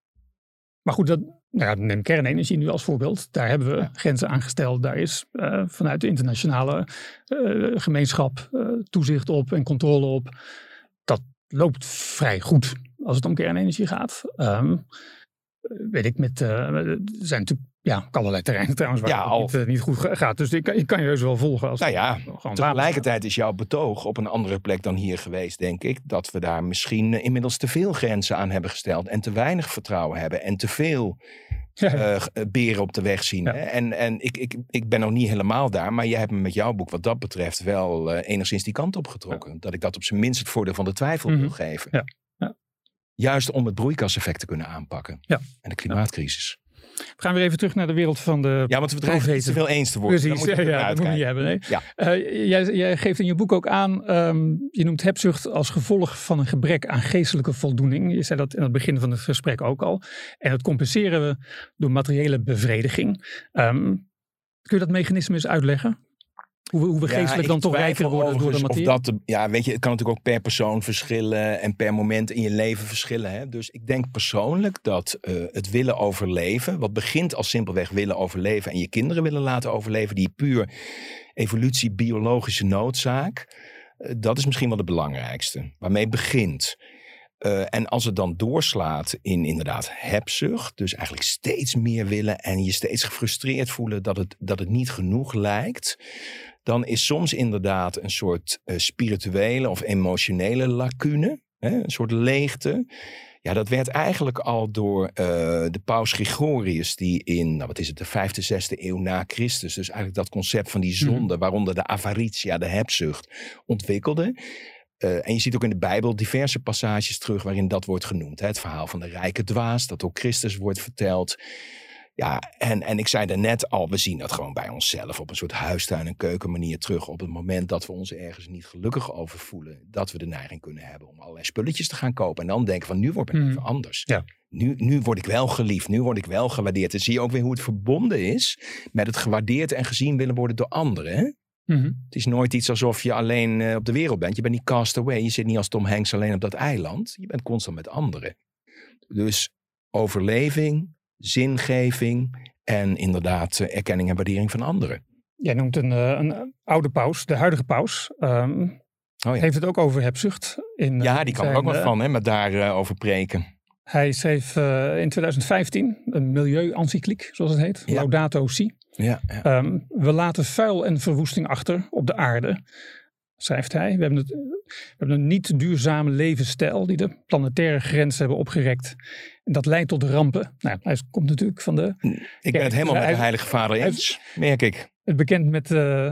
Maar goed, neem kernenergie nu als voorbeeld. Daar hebben we grenzen aangesteld. Daar is vanuit de internationale gemeenschap toezicht op en controle op. Dat loopt vrij goed als het om kernenergie gaat. Weet ik, er zijn natuurlijk allerlei terreinen trouwens waar het niet goed gaat. Dus ik kan je heus wel volgen. Tegelijkertijd is jouw betoog op een andere plek dan hier geweest, denk ik. Dat we daar misschien inmiddels te veel grenzen aan hebben gesteld. En te weinig vertrouwen hebben. En te veel beren op de weg zien. Ja. En ik ben nog niet helemaal daar. Maar jij hebt me met jouw boek wat dat betreft wel enigszins die kant op getrokken. Ja. Dat ik dat op zijn minst het voordeel van de twijfel wil geven. Ja. Ja. Juist om het broeikaseffect te kunnen aanpakken. Ja. En de klimaatcrisis. We gaan weer even terug naar de wereld van de want we dreigen niet te veel eens te worden. Precies, dat moet je niet hebben. Nee. Ja. Jij geeft in je boek ook aan, je noemt hebzucht als gevolg van een gebrek aan geestelijke voldoening. Je zei dat in het begin van het gesprek ook al. En dat compenseren we door materiële bevrediging. Kun je dat mechanisme eens uitleggen? Hoe we geestelijk dan toch rijker worden door de materie? Weet je, het kan natuurlijk ook per persoon verschillen en per moment in je leven verschillen. Hè? Dus ik denk persoonlijk dat het willen overleven, wat begint als simpelweg willen overleven en je kinderen willen laten overleven, die puur evolutie, biologische noodzaak, dat is misschien wel het belangrijkste. Waarmee het begint. En als het dan doorslaat in inderdaad hebzucht, dus eigenlijk steeds meer willen en je steeds gefrustreerd voelen dat het niet genoeg lijkt, dan is soms inderdaad een soort spirituele of emotionele lacune, een soort leegte. Ja, dat werd eigenlijk al door de paus Gregorius, die in, de 5e, 6e eeuw na Christus, dus eigenlijk dat concept van die zonde, waaronder de avaritia, de hebzucht, ontwikkelde. En je ziet ook in de Bijbel diverse passages terug waarin dat wordt genoemd. Hè? Het verhaal van de rijke dwaas, dat door Christus wordt verteld. Ja, en ik zei daarnet al, we zien dat gewoon bij onszelf op een soort huistuin- en keukenmanier terug. Op het moment dat we ons ergens niet gelukkig over voelen, dat we de neiging kunnen hebben om allerlei spulletjes te gaan kopen. En dan denken van, nu wordt het even anders. Ja. Nu word ik wel geliefd, nu word ik wel gewaardeerd. Dan zie je ook weer hoe het verbonden is met het gewaardeerd en gezien willen worden door anderen. Hè? Het is nooit iets alsof je alleen op de wereld bent. Je bent niet cast away. Je zit niet als Tom Hanks alleen op dat eiland. Je bent constant met anderen. Dus overleving, zingeving en inderdaad erkenning en waardering van anderen. Jij noemt een oude paus, de huidige paus. Heeft het ook over hebzucht. Die kan er ook wat van, hè, met daarover preken. Hij schreef in 2015 een milieu-encycliek, zoals het heet. Ja. Laudato Si. Ja. We laten vuil en verwoesting achter op de aarde, schrijft hij. We hebben het We hebben een niet duurzame levensstijl die de planetaire grenzen hebben opgerekt. En dat leidt tot rampen. Nou, hij komt natuurlijk van de... Ik ben het helemaal met de Heilige Vader eens, merk ik. Het bekend met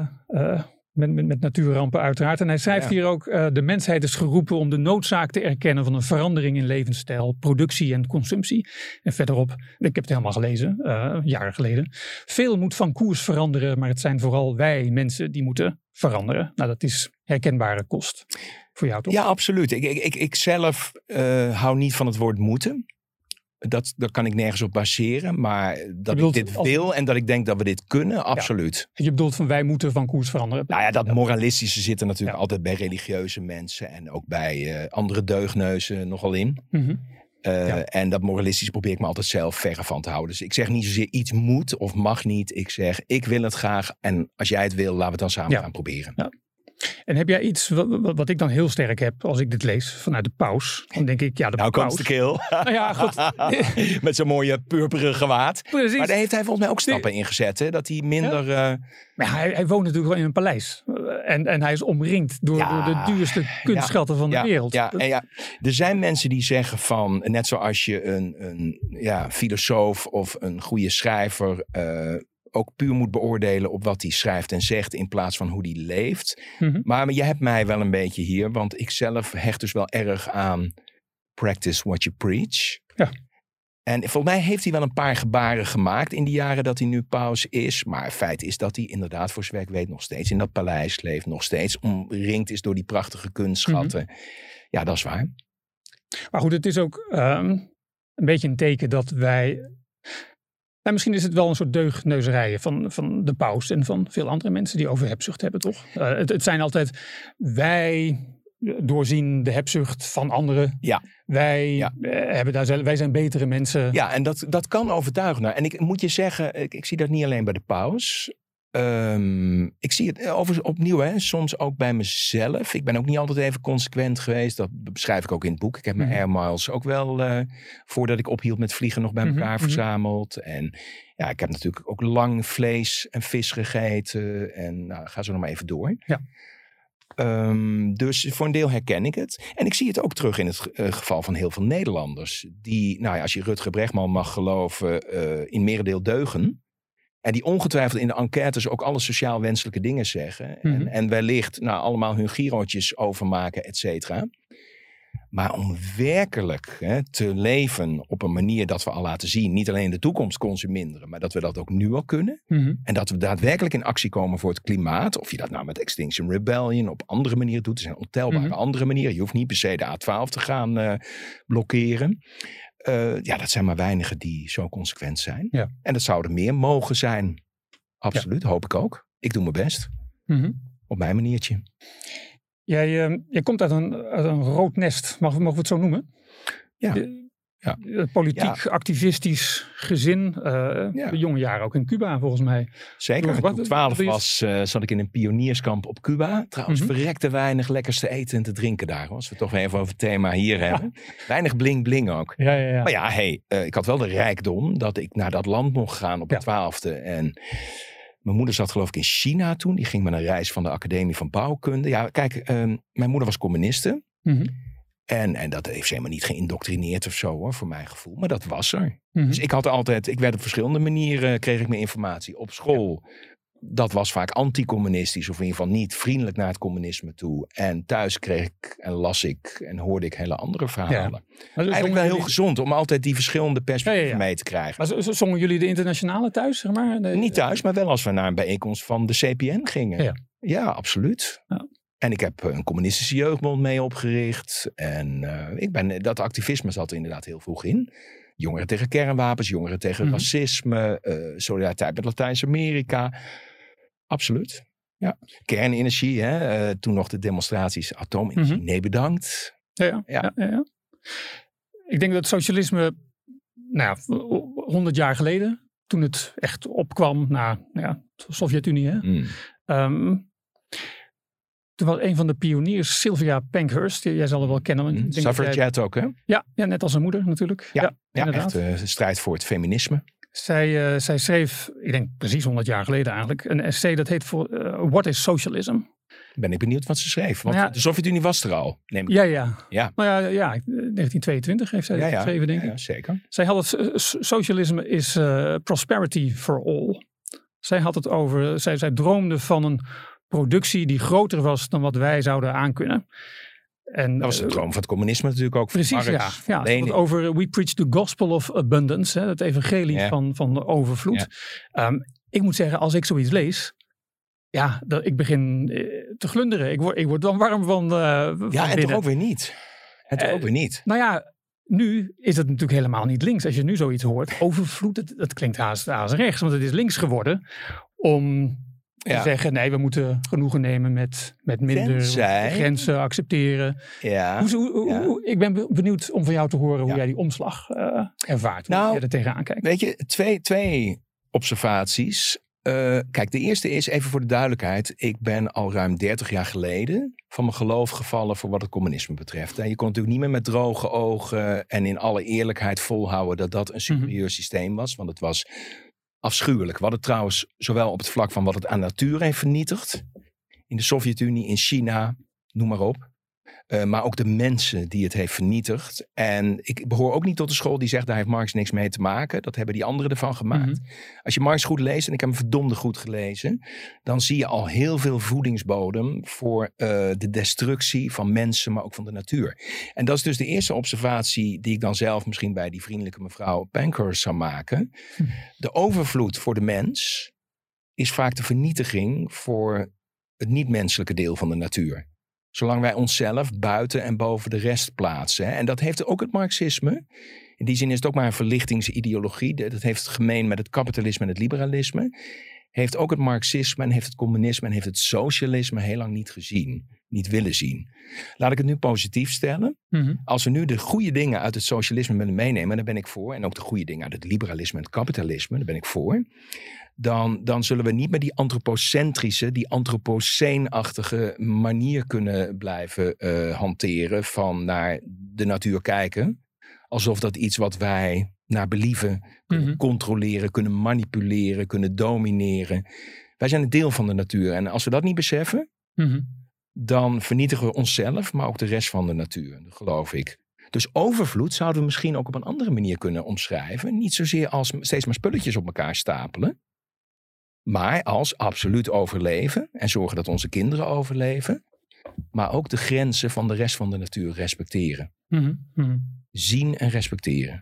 natuurrampen uiteraard. En hij schrijft hier ook, de mensheid is geroepen om de noodzaak te erkennen van een verandering in levensstijl, productie en consumptie. En verderop, ik heb het helemaal gelezen, jaren geleden. Veel moet van koers veranderen, maar het zijn vooral wij mensen die moeten veranderen. Nou, dat is herkenbare kost voor jou toch? Ja, absoluut. Ik zelf hou niet van het woord moeten. Dat kan ik nergens op baseren. Maar dat ik dit wil en dat ik denk dat we dit kunnen, absoluut. Ja. Je bedoelt van wij moeten van koers veranderen. Nou ja, dat moralistische zit er natuurlijk altijd bij religieuze mensen. En ook bij andere deugneuzen nogal in. Mm-hmm. En dat moralistische probeer ik me altijd zelf verre van te houden. Dus ik zeg niet zozeer iets moet of mag niet. Ik zeg, ik wil het graag. En als jij het wil, laten we het dan samen gaan proberen. Ja. En heb jij iets wat ik dan heel sterk heb als ik dit lees vanuit de paus? Dan denk ik, de paus. Komt de keel. Nou ja, goed. Met zo'n mooie purperen gewaad. Precies. Maar daar heeft hij volgens mij ook stappen in gezet. Hè? Dat hij minder... Maar hij woont natuurlijk wel in een paleis. En hij is omringd door de duurste kunstschatten van de wereld. Ja, er zijn mensen die zeggen van, net zoals je een filosoof of een goede schrijver... ook puur moet beoordelen op wat hij schrijft en zegt in plaats van hoe hij leeft. Mm-hmm. Maar je hebt mij wel een beetje hier, want ik zelf hecht dus wel erg aan practice what you preach. Ja. En volgens mij heeft hij wel een paar gebaren gemaakt in die jaren dat hij nu paus is. Maar het feit is dat hij inderdaad voor zijn werk weet nog steeds in dat paleis leeft. Nog steeds omringd is door die prachtige kunstschatten. Mm-hmm. Ja, dat is waar. Maar goed, het is ook een beetje een teken dat wij... En misschien is het wel een soort deugneuzerij van de paus en van veel andere mensen die over hebzucht hebben, toch? Het zijn altijd, wij doorzien de hebzucht van anderen. Ja. Wij zijn betere mensen. Ja, en dat kan overtuigen. En ik moet je zeggen, ik zie dat niet alleen bij de paus. Ik zie het opnieuw, soms ook bij mezelf. Ik ben ook niet altijd even consequent geweest. Dat beschrijf ik ook in het boek. Ik heb mijn Air Miles ook wel, voordat ik ophield met vliegen, nog bij elkaar verzameld. En ik heb natuurlijk ook lang vlees en vis gegeten. En ga zo nog maar even door. Ja. Dus voor een deel herken ik het. En ik zie het ook terug in het geval van heel veel Nederlanders. Die, als je Rutger Bregman mag geloven, in merendeel deugen. En die ongetwijfeld in de enquêtes ook alle sociaal wenselijke dingen zeggen. Mm-hmm. En wellicht allemaal hun girootjes overmaken, et cetera. Maar om werkelijk te leven op een manier dat we al laten zien. Niet alleen in de toekomst consumeren, maar dat we dat ook nu al kunnen. Mm-hmm. En dat we daadwerkelijk in actie komen voor het klimaat. Of je dat met Extinction Rebellion op andere manieren doet. Er zijn ontelbare andere manieren. Je hoeft niet per se de A12 te gaan blokkeren. Dat zijn maar weinigen die zo consequent zijn. Ja. En dat zouden meer mogen zijn. Absoluut, hoop ik ook. Ik doe mijn best. Mm-hmm. Op mijn maniertje. Jij komt uit een rood nest. Mogen we het zo noemen? Ja. Politiek, activistisch gezin. De jonge jaren ook in Cuba volgens mij. Zeker. Toen ik 12 was, zat ik in een pionierskamp op Cuba. Trouwens, verrekte weinig lekkers te eten en te drinken daar. Als we het toch weer even over het thema hier hebben. Weinig bling bling ook. Ja. Maar ik had wel de rijkdom dat ik naar dat land mocht gaan op de 12e. En mijn moeder zat geloof ik in China toen. Die ging met een reis van de Academie van Bouwkunde. Ja, kijk, mijn moeder was communiste. Mm-hmm. En dat heeft ze helemaal niet geïndoctrineerd of zo hoor, voor mijn gevoel. Maar dat was er. Mm-hmm. Dus ik werd op verschillende manieren, kreeg ik mijn informatie. Op school, dat was vaak anticommunistisch. Of in ieder geval niet vriendelijk naar het communisme toe. En thuis kreeg ik en las ik en hoorde ik hele andere verhalen. Ja. Eigenlijk wel heel gezond om altijd die verschillende perspectieven mee te krijgen. Maar zongen jullie de internationale thuis? Zeg maar? Niet thuis, maar wel als we naar een bijeenkomst van de CPN gingen. Ja, absoluut. Ja. En ik heb een communistische jeugdbond mee opgericht. En dat activisme zat er inderdaad heel vroeg in. Jongeren tegen kernwapens, jongeren tegen racisme, solidariteit met Latijns-Amerika. Absoluut. Ja. Kernenergie, toen nog de demonstraties, atoomenergie, nee bedankt. Ja. Ik denk dat socialisme, 100 jaar geleden, toen het echt opkwam na de Sovjet-Unie, toen was een van de pioniers, Sylvia Pankhurst. Jij zal haar wel kennen. Suffragette ook, hè? Ja, net als haar moeder natuurlijk. Ja, echt de strijd voor het feminisme. Zij schreef, ik denk precies 100 jaar geleden eigenlijk, een essay dat heet What is Socialism? Ben ik benieuwd wat ze schreef. Want de Sovjet-Unie was er al. Neem ik. Ja. Nou ja, 1922 heeft zij geschreven, denk ik. Ja, zeker. Zij had het, socialisme is prosperity for all. Zij had het over, zij droomde van een productie die groter was dan wat wij zouden aankunnen. En, dat was de droom van het communisme natuurlijk ook. Precies, ja. Over we preach the gospel of abundance. Het evangelie van de overvloed. Ja. Ik moet zeggen, als ik zoiets lees... Ja, ik begin te glunderen. Ik word dan warm van en toch ook weer niet. Ook weer niet. Nou ja, nu is het natuurlijk helemaal niet links. Als je nu zoiets hoort, overvloed, dat klinkt haast rechts. Want het is links geworden om te zeggen... nee, we moeten genoegen nemen met minder grenzen accepteren. Ja. Ik ben benieuwd om van jou te horen hoe jij die omslag ervaart. Hoe jij er tegenaan kijkt. Weet je, twee observaties... kijk, de eerste is, even voor de duidelijkheid... ik ben al ruim 30 jaar geleden van mijn geloof gevallen... voor wat het communisme betreft. En je kon natuurlijk niet meer met droge ogen... en in alle eerlijkheid volhouden dat dat een superieur systeem was. Want het was afschuwelijk. We hadden trouwens zowel op het vlak van wat het aan natuur heeft vernietigd... in de Sovjet-Unie, in China, noem maar op... maar ook de mensen die het heeft vernietigd. En ik behoor ook niet tot de school die zegt... daar heeft Marx niks mee te maken. Dat hebben die anderen ervan gemaakt. Mm-hmm. Als je Marx goed leest, en ik heb hem verdomde goed gelezen... dan zie je al heel veel voedingsbodem... voor de destructie van mensen, maar ook van de natuur. En dat is dus de eerste observatie... die ik dan zelf misschien bij die vriendelijke mevrouw Pankhurst zou maken. De overvloed voor de mens... is vaak de vernietiging voor het niet-menselijke deel van de natuur. Zolang wij onszelf buiten en boven de rest plaatsen. Hè. En dat heeft ook het marxisme. In die zin is het ook maar een verlichtingsideologie. Dat heeft het gemeen met het kapitalisme en het liberalisme. Heeft ook het marxisme en heeft het communisme en heeft het socialisme heel lang niet gezien. Niet willen zien. Laat ik het nu positief stellen. Mm-hmm. Als we nu de goede dingen uit het socialisme willen meenemen, daar ben ik voor. En ook de goede dingen uit het liberalisme en het kapitalisme, daar ben ik voor. Dan zullen we niet met die antropocentrische, die antropoceenachtige manier kunnen blijven hanteren van naar de natuur kijken. Alsof dat iets wat wij naar believen kunnen controleren, kunnen manipuleren, kunnen domineren. Wij zijn een deel van de natuur. En als we dat niet beseffen, dan vernietigen we onszelf, maar ook de rest van de natuur. Dat geloof ik. Dus overvloed zouden we misschien ook op een andere manier kunnen omschrijven. Niet zozeer als steeds maar spulletjes op elkaar stapelen. Maar als absoluut overleven en zorgen dat onze kinderen overleven. Maar ook de grenzen van de rest van de natuur respecteren. Zien en respecteren.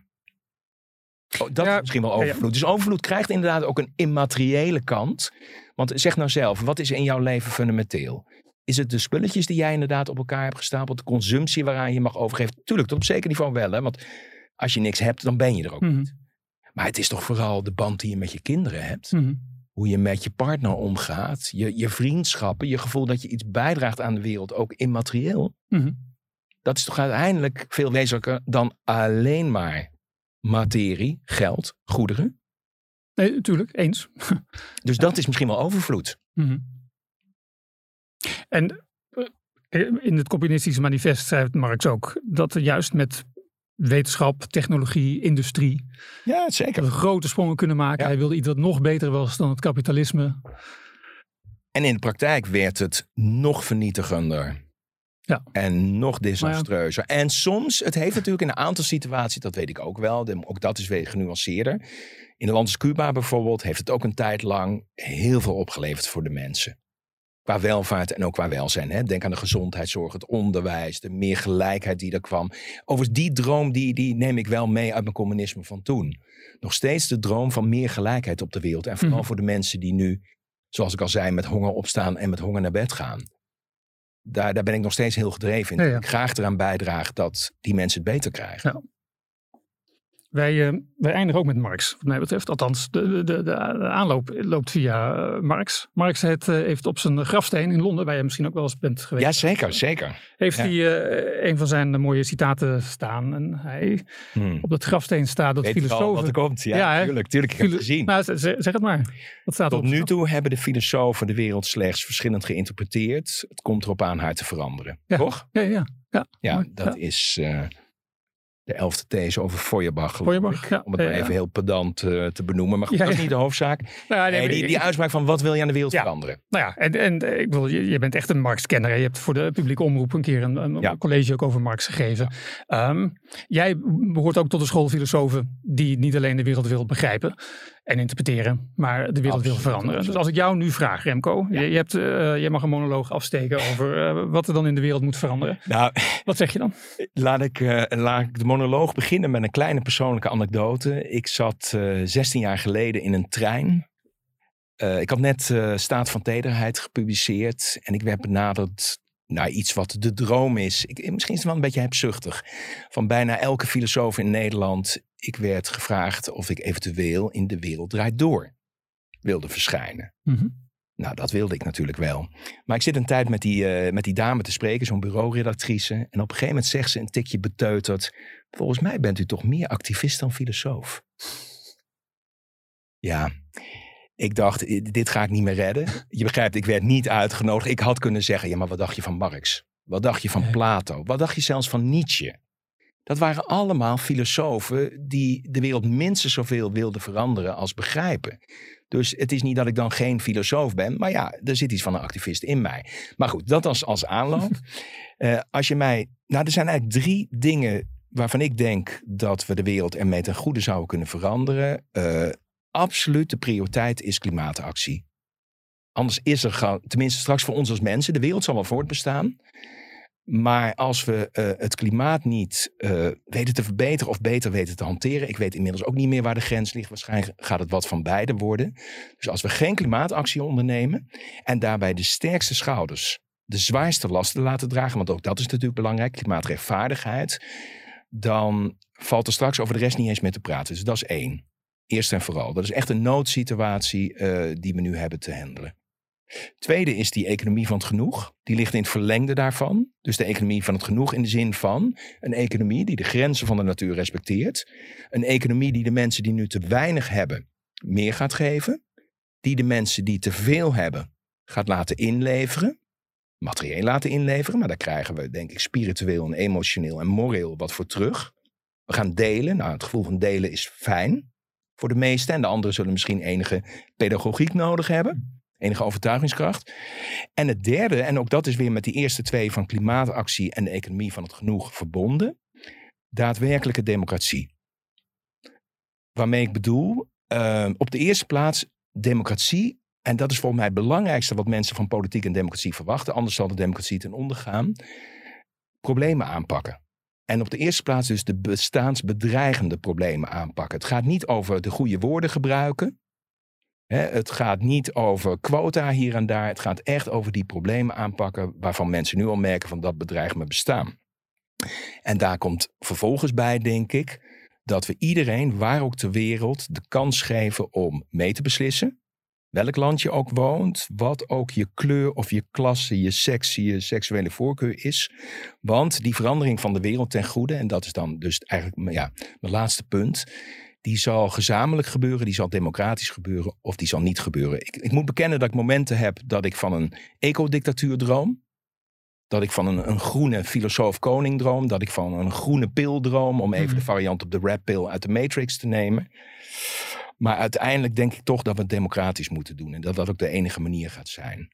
Dat is misschien wel overvloed. Dus overvloed krijgt inderdaad ook een immateriële kant. Want zeg nou zelf, wat is in jouw leven fundamenteel? Is het de spulletjes die jij inderdaad op elkaar hebt gestapeld? De consumptie waaraan je mag overgeven? Tuurlijk, tot op zeker niveau wel. Hè? Want als je niks hebt, dan ben je er ook niet. Maar het is toch vooral de band die je met je kinderen hebt. Hoe je met je partner omgaat. Je vriendschappen. Je gevoel dat je iets bijdraagt aan de wereld. Ook immaterieel. Dat is toch uiteindelijk veel wezenlijker dan alleen maar materie, geld, goederen. Nee, natuurlijk. Eens. Dus dat is misschien wel overvloed. En in het communistische manifest schrijft Marx ook dat er juist met wetenschap, technologie, industrie. Ja, zeker. We grote sprongen kunnen maken. Ja. Hij wilde iets dat nog beter was dan het kapitalisme. En in de praktijk werd het nog vernietigender. Ja. En nog desastreuzer. Ja. En soms, het heeft natuurlijk in een aantal situaties, dat weet ik ook wel. Ook dat is weer genuanceerder. In een land als Cuba bijvoorbeeld heeft het ook een tijd lang heel veel opgeleverd voor de mensen. Qua welvaart en ook qua welzijn. Hè? Denk aan de gezondheidszorg, het onderwijs, de meer gelijkheid die er kwam. Overigens, die droom die neem ik wel mee uit mijn communisme van toen. Nog steeds de droom van meer gelijkheid op de wereld. En vooral voor de mensen die nu, zoals ik al zei, met honger opstaan en met honger naar bed gaan. Daar ben ik nog steeds heel gedreven in. Ja. Ik graag eraan bijdraag dat die mensen het beter krijgen. Ja. Wij eindigen ook met Marx, wat mij betreft. Althans, de aanloop loopt via Marx. Marx heeft op zijn grafsteen in Londen, waar je misschien ook wel eens bent geweest. Ja, zeker, zeker. Heeft hij een van zijn mooie citaten staan. En hij op dat grafsteen staat dat filosofen... wat er komt, ja, tuurlijk. Ik heb het gezien. Nou, zeg het maar. Wat staat Tot nu toe hebben de filosofen de wereld slechts verschillend geïnterpreteerd. Het komt erop aan haar te veranderen. Ja. Toch? Ja, dat is... De 11e these over Feuerbach. Ja, om het maar even heel pedant te benoemen. Maar goed, dat is niet de hoofdzaak. Die uitspraak van wat wil je aan de wereld veranderen? Nou ja, en ik bedoel, je bent echt een Marx-kenner. Je hebt voor de publieke omroep een keer een college ook over Marx gegeven. Ja. Jij behoort ook tot de school filosofen die niet alleen de wereld wil begrijpen en interpreteren, maar de wereld wil veranderen. Dus als ik jou nu vraag, Remco, je mag een monoloog afsteken over wat er dan in de wereld moet veranderen. Nou, wat zeg je dan? Laat ik de monoloog beginnen met een kleine persoonlijke anekdote. Ik zat 16 jaar geleden in een trein. Ik had net Staat van Tederheid gepubliceerd en ik werd benaderd naar iets wat de droom is. Misschien is het wel een beetje hebzuchtig. Van bijna elke filosoof in Nederland. Ik werd gevraagd of ik eventueel in De Wereld Draait Door wilde verschijnen. Mm-hmm. Nou, dat wilde ik natuurlijk wel. Maar ik zit een tijd met die dame te spreken, zo'n bureauredactrice. En op een gegeven moment zegt ze een tikje beteuterd: volgens mij bent u toch meer activist dan filosoof? Ja, ik dacht, dit ga ik niet meer redden. Je begrijpt, ik werd niet uitgenodigd. Ik had kunnen zeggen, ja, maar wat dacht je van Marx? Wat dacht je van Plato? Wat dacht je zelfs van Nietzsche? Dat waren allemaal filosofen die de wereld minstens zoveel wilden veranderen als begrijpen. Dus het is niet dat ik dan geen filosoof ben, maar ja, er zit iets van een activist in mij. Maar goed, dat als aanloop. Er zijn eigenlijk 3 dingen waarvan ik denk dat we de wereld ermee ten goede zouden kunnen veranderen. Absoluut, de prioriteit is klimaatactie. Anders is er, tenminste straks voor ons als mensen, de wereld zal wel voortbestaan. Maar als we het klimaat niet weten te verbeteren of beter weten te hanteren. Ik weet inmiddels ook niet meer waar de grens ligt. Waarschijnlijk gaat het wat van beide worden. Dus als we geen klimaatactie ondernemen en daarbij de sterkste schouders de zwaarste lasten laten dragen. Want ook dat is natuurlijk belangrijk, klimaatrechtvaardigheid. Dan valt er straks over de rest niet eens meer te praten. Dus dat is 1. Eerst en vooral. Dat is echt een noodsituatie die we nu hebben te handelen. Tweede is die economie van het genoeg. Die ligt in het verlengde daarvan. Dus de economie van het genoeg in de zin van een economie die de grenzen van de natuur respecteert. Een economie die de mensen die nu te weinig hebben meer gaat geven. Die de mensen die te veel hebben gaat laten inleveren. Materieel laten inleveren. Maar daar krijgen we denk ik spiritueel en emotioneel en moreel wat voor terug. We gaan delen. Nou, het gevoel van delen is fijn voor de meesten. En de anderen zullen misschien enige pedagogiek nodig hebben. Enige overtuigingskracht. En het derde, en ook dat is weer met die eerste 2 van klimaatactie en de economie van het genoeg verbonden. Daadwerkelijke democratie. Waarmee ik bedoel, op de eerste plaats democratie. En dat is volgens mij het belangrijkste wat mensen van politiek en democratie verwachten. Anders zal de democratie ten onder gaan. Problemen aanpakken. En op de eerste plaats dus de bestaansbedreigende problemen aanpakken. Het gaat niet over de goede woorden gebruiken. Het gaat niet over quota hier en daar. Het gaat echt over die problemen aanpakken waarvan mensen nu al merken van dat bedreigt mijn bestaan. En daar komt vervolgens bij, denk ik, dat we iedereen, waar ook ter wereld, de kans geven om mee te beslissen. Welk land je ook woont, wat ook je kleur of je klasse, je seks, je seksuele voorkeur is. Want die verandering van de wereld ten goede, en dat is dan dus eigenlijk mijn laatste punt, die zal gezamenlijk gebeuren, die zal democratisch gebeuren of die zal niet gebeuren. Ik moet bekennen dat ik momenten heb dat ik van een ecodictatuur droom. Dat ik van een groene filosoof-koning droom. Dat ik van een groene pil droom, om even de variant op de red pill uit de Matrix te nemen. Maar uiteindelijk denk ik toch dat we het democratisch moeten doen. En dat dat ook de enige manier gaat zijn.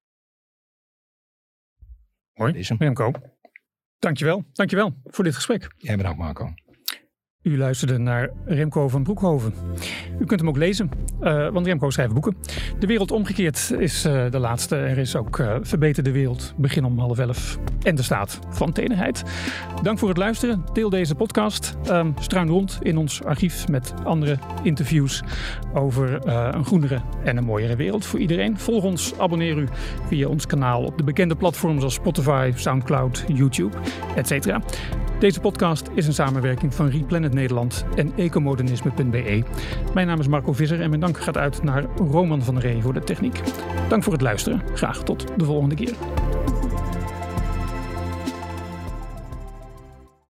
Hoi, Remco. Dankjewel voor dit gesprek. Jij bedankt, Marco. U luisterde naar Remco van Broekhoven. U kunt hem ook lezen, want Remco schrijft boeken. De Wereld Omgekeerd is de laatste. Er is ook Verbeter de Wereld, begin om 10:30. En de Staat van Tederheid. Dank voor het luisteren. Deel deze podcast. Struin rond in ons archief met andere interviews over een groenere en een mooiere wereld voor iedereen. Volg ons, abonneer u via ons kanaal op de bekende platforms als Spotify, Soundcloud, YouTube, etc. Deze podcast is een samenwerking van Replanet Nederland en ecomodernisme.be. Mijn naam is Marco Visser en mijn dank gaat uit naar Roman van der Ree voor de techniek. Dank voor het luisteren. Graag tot de volgende keer.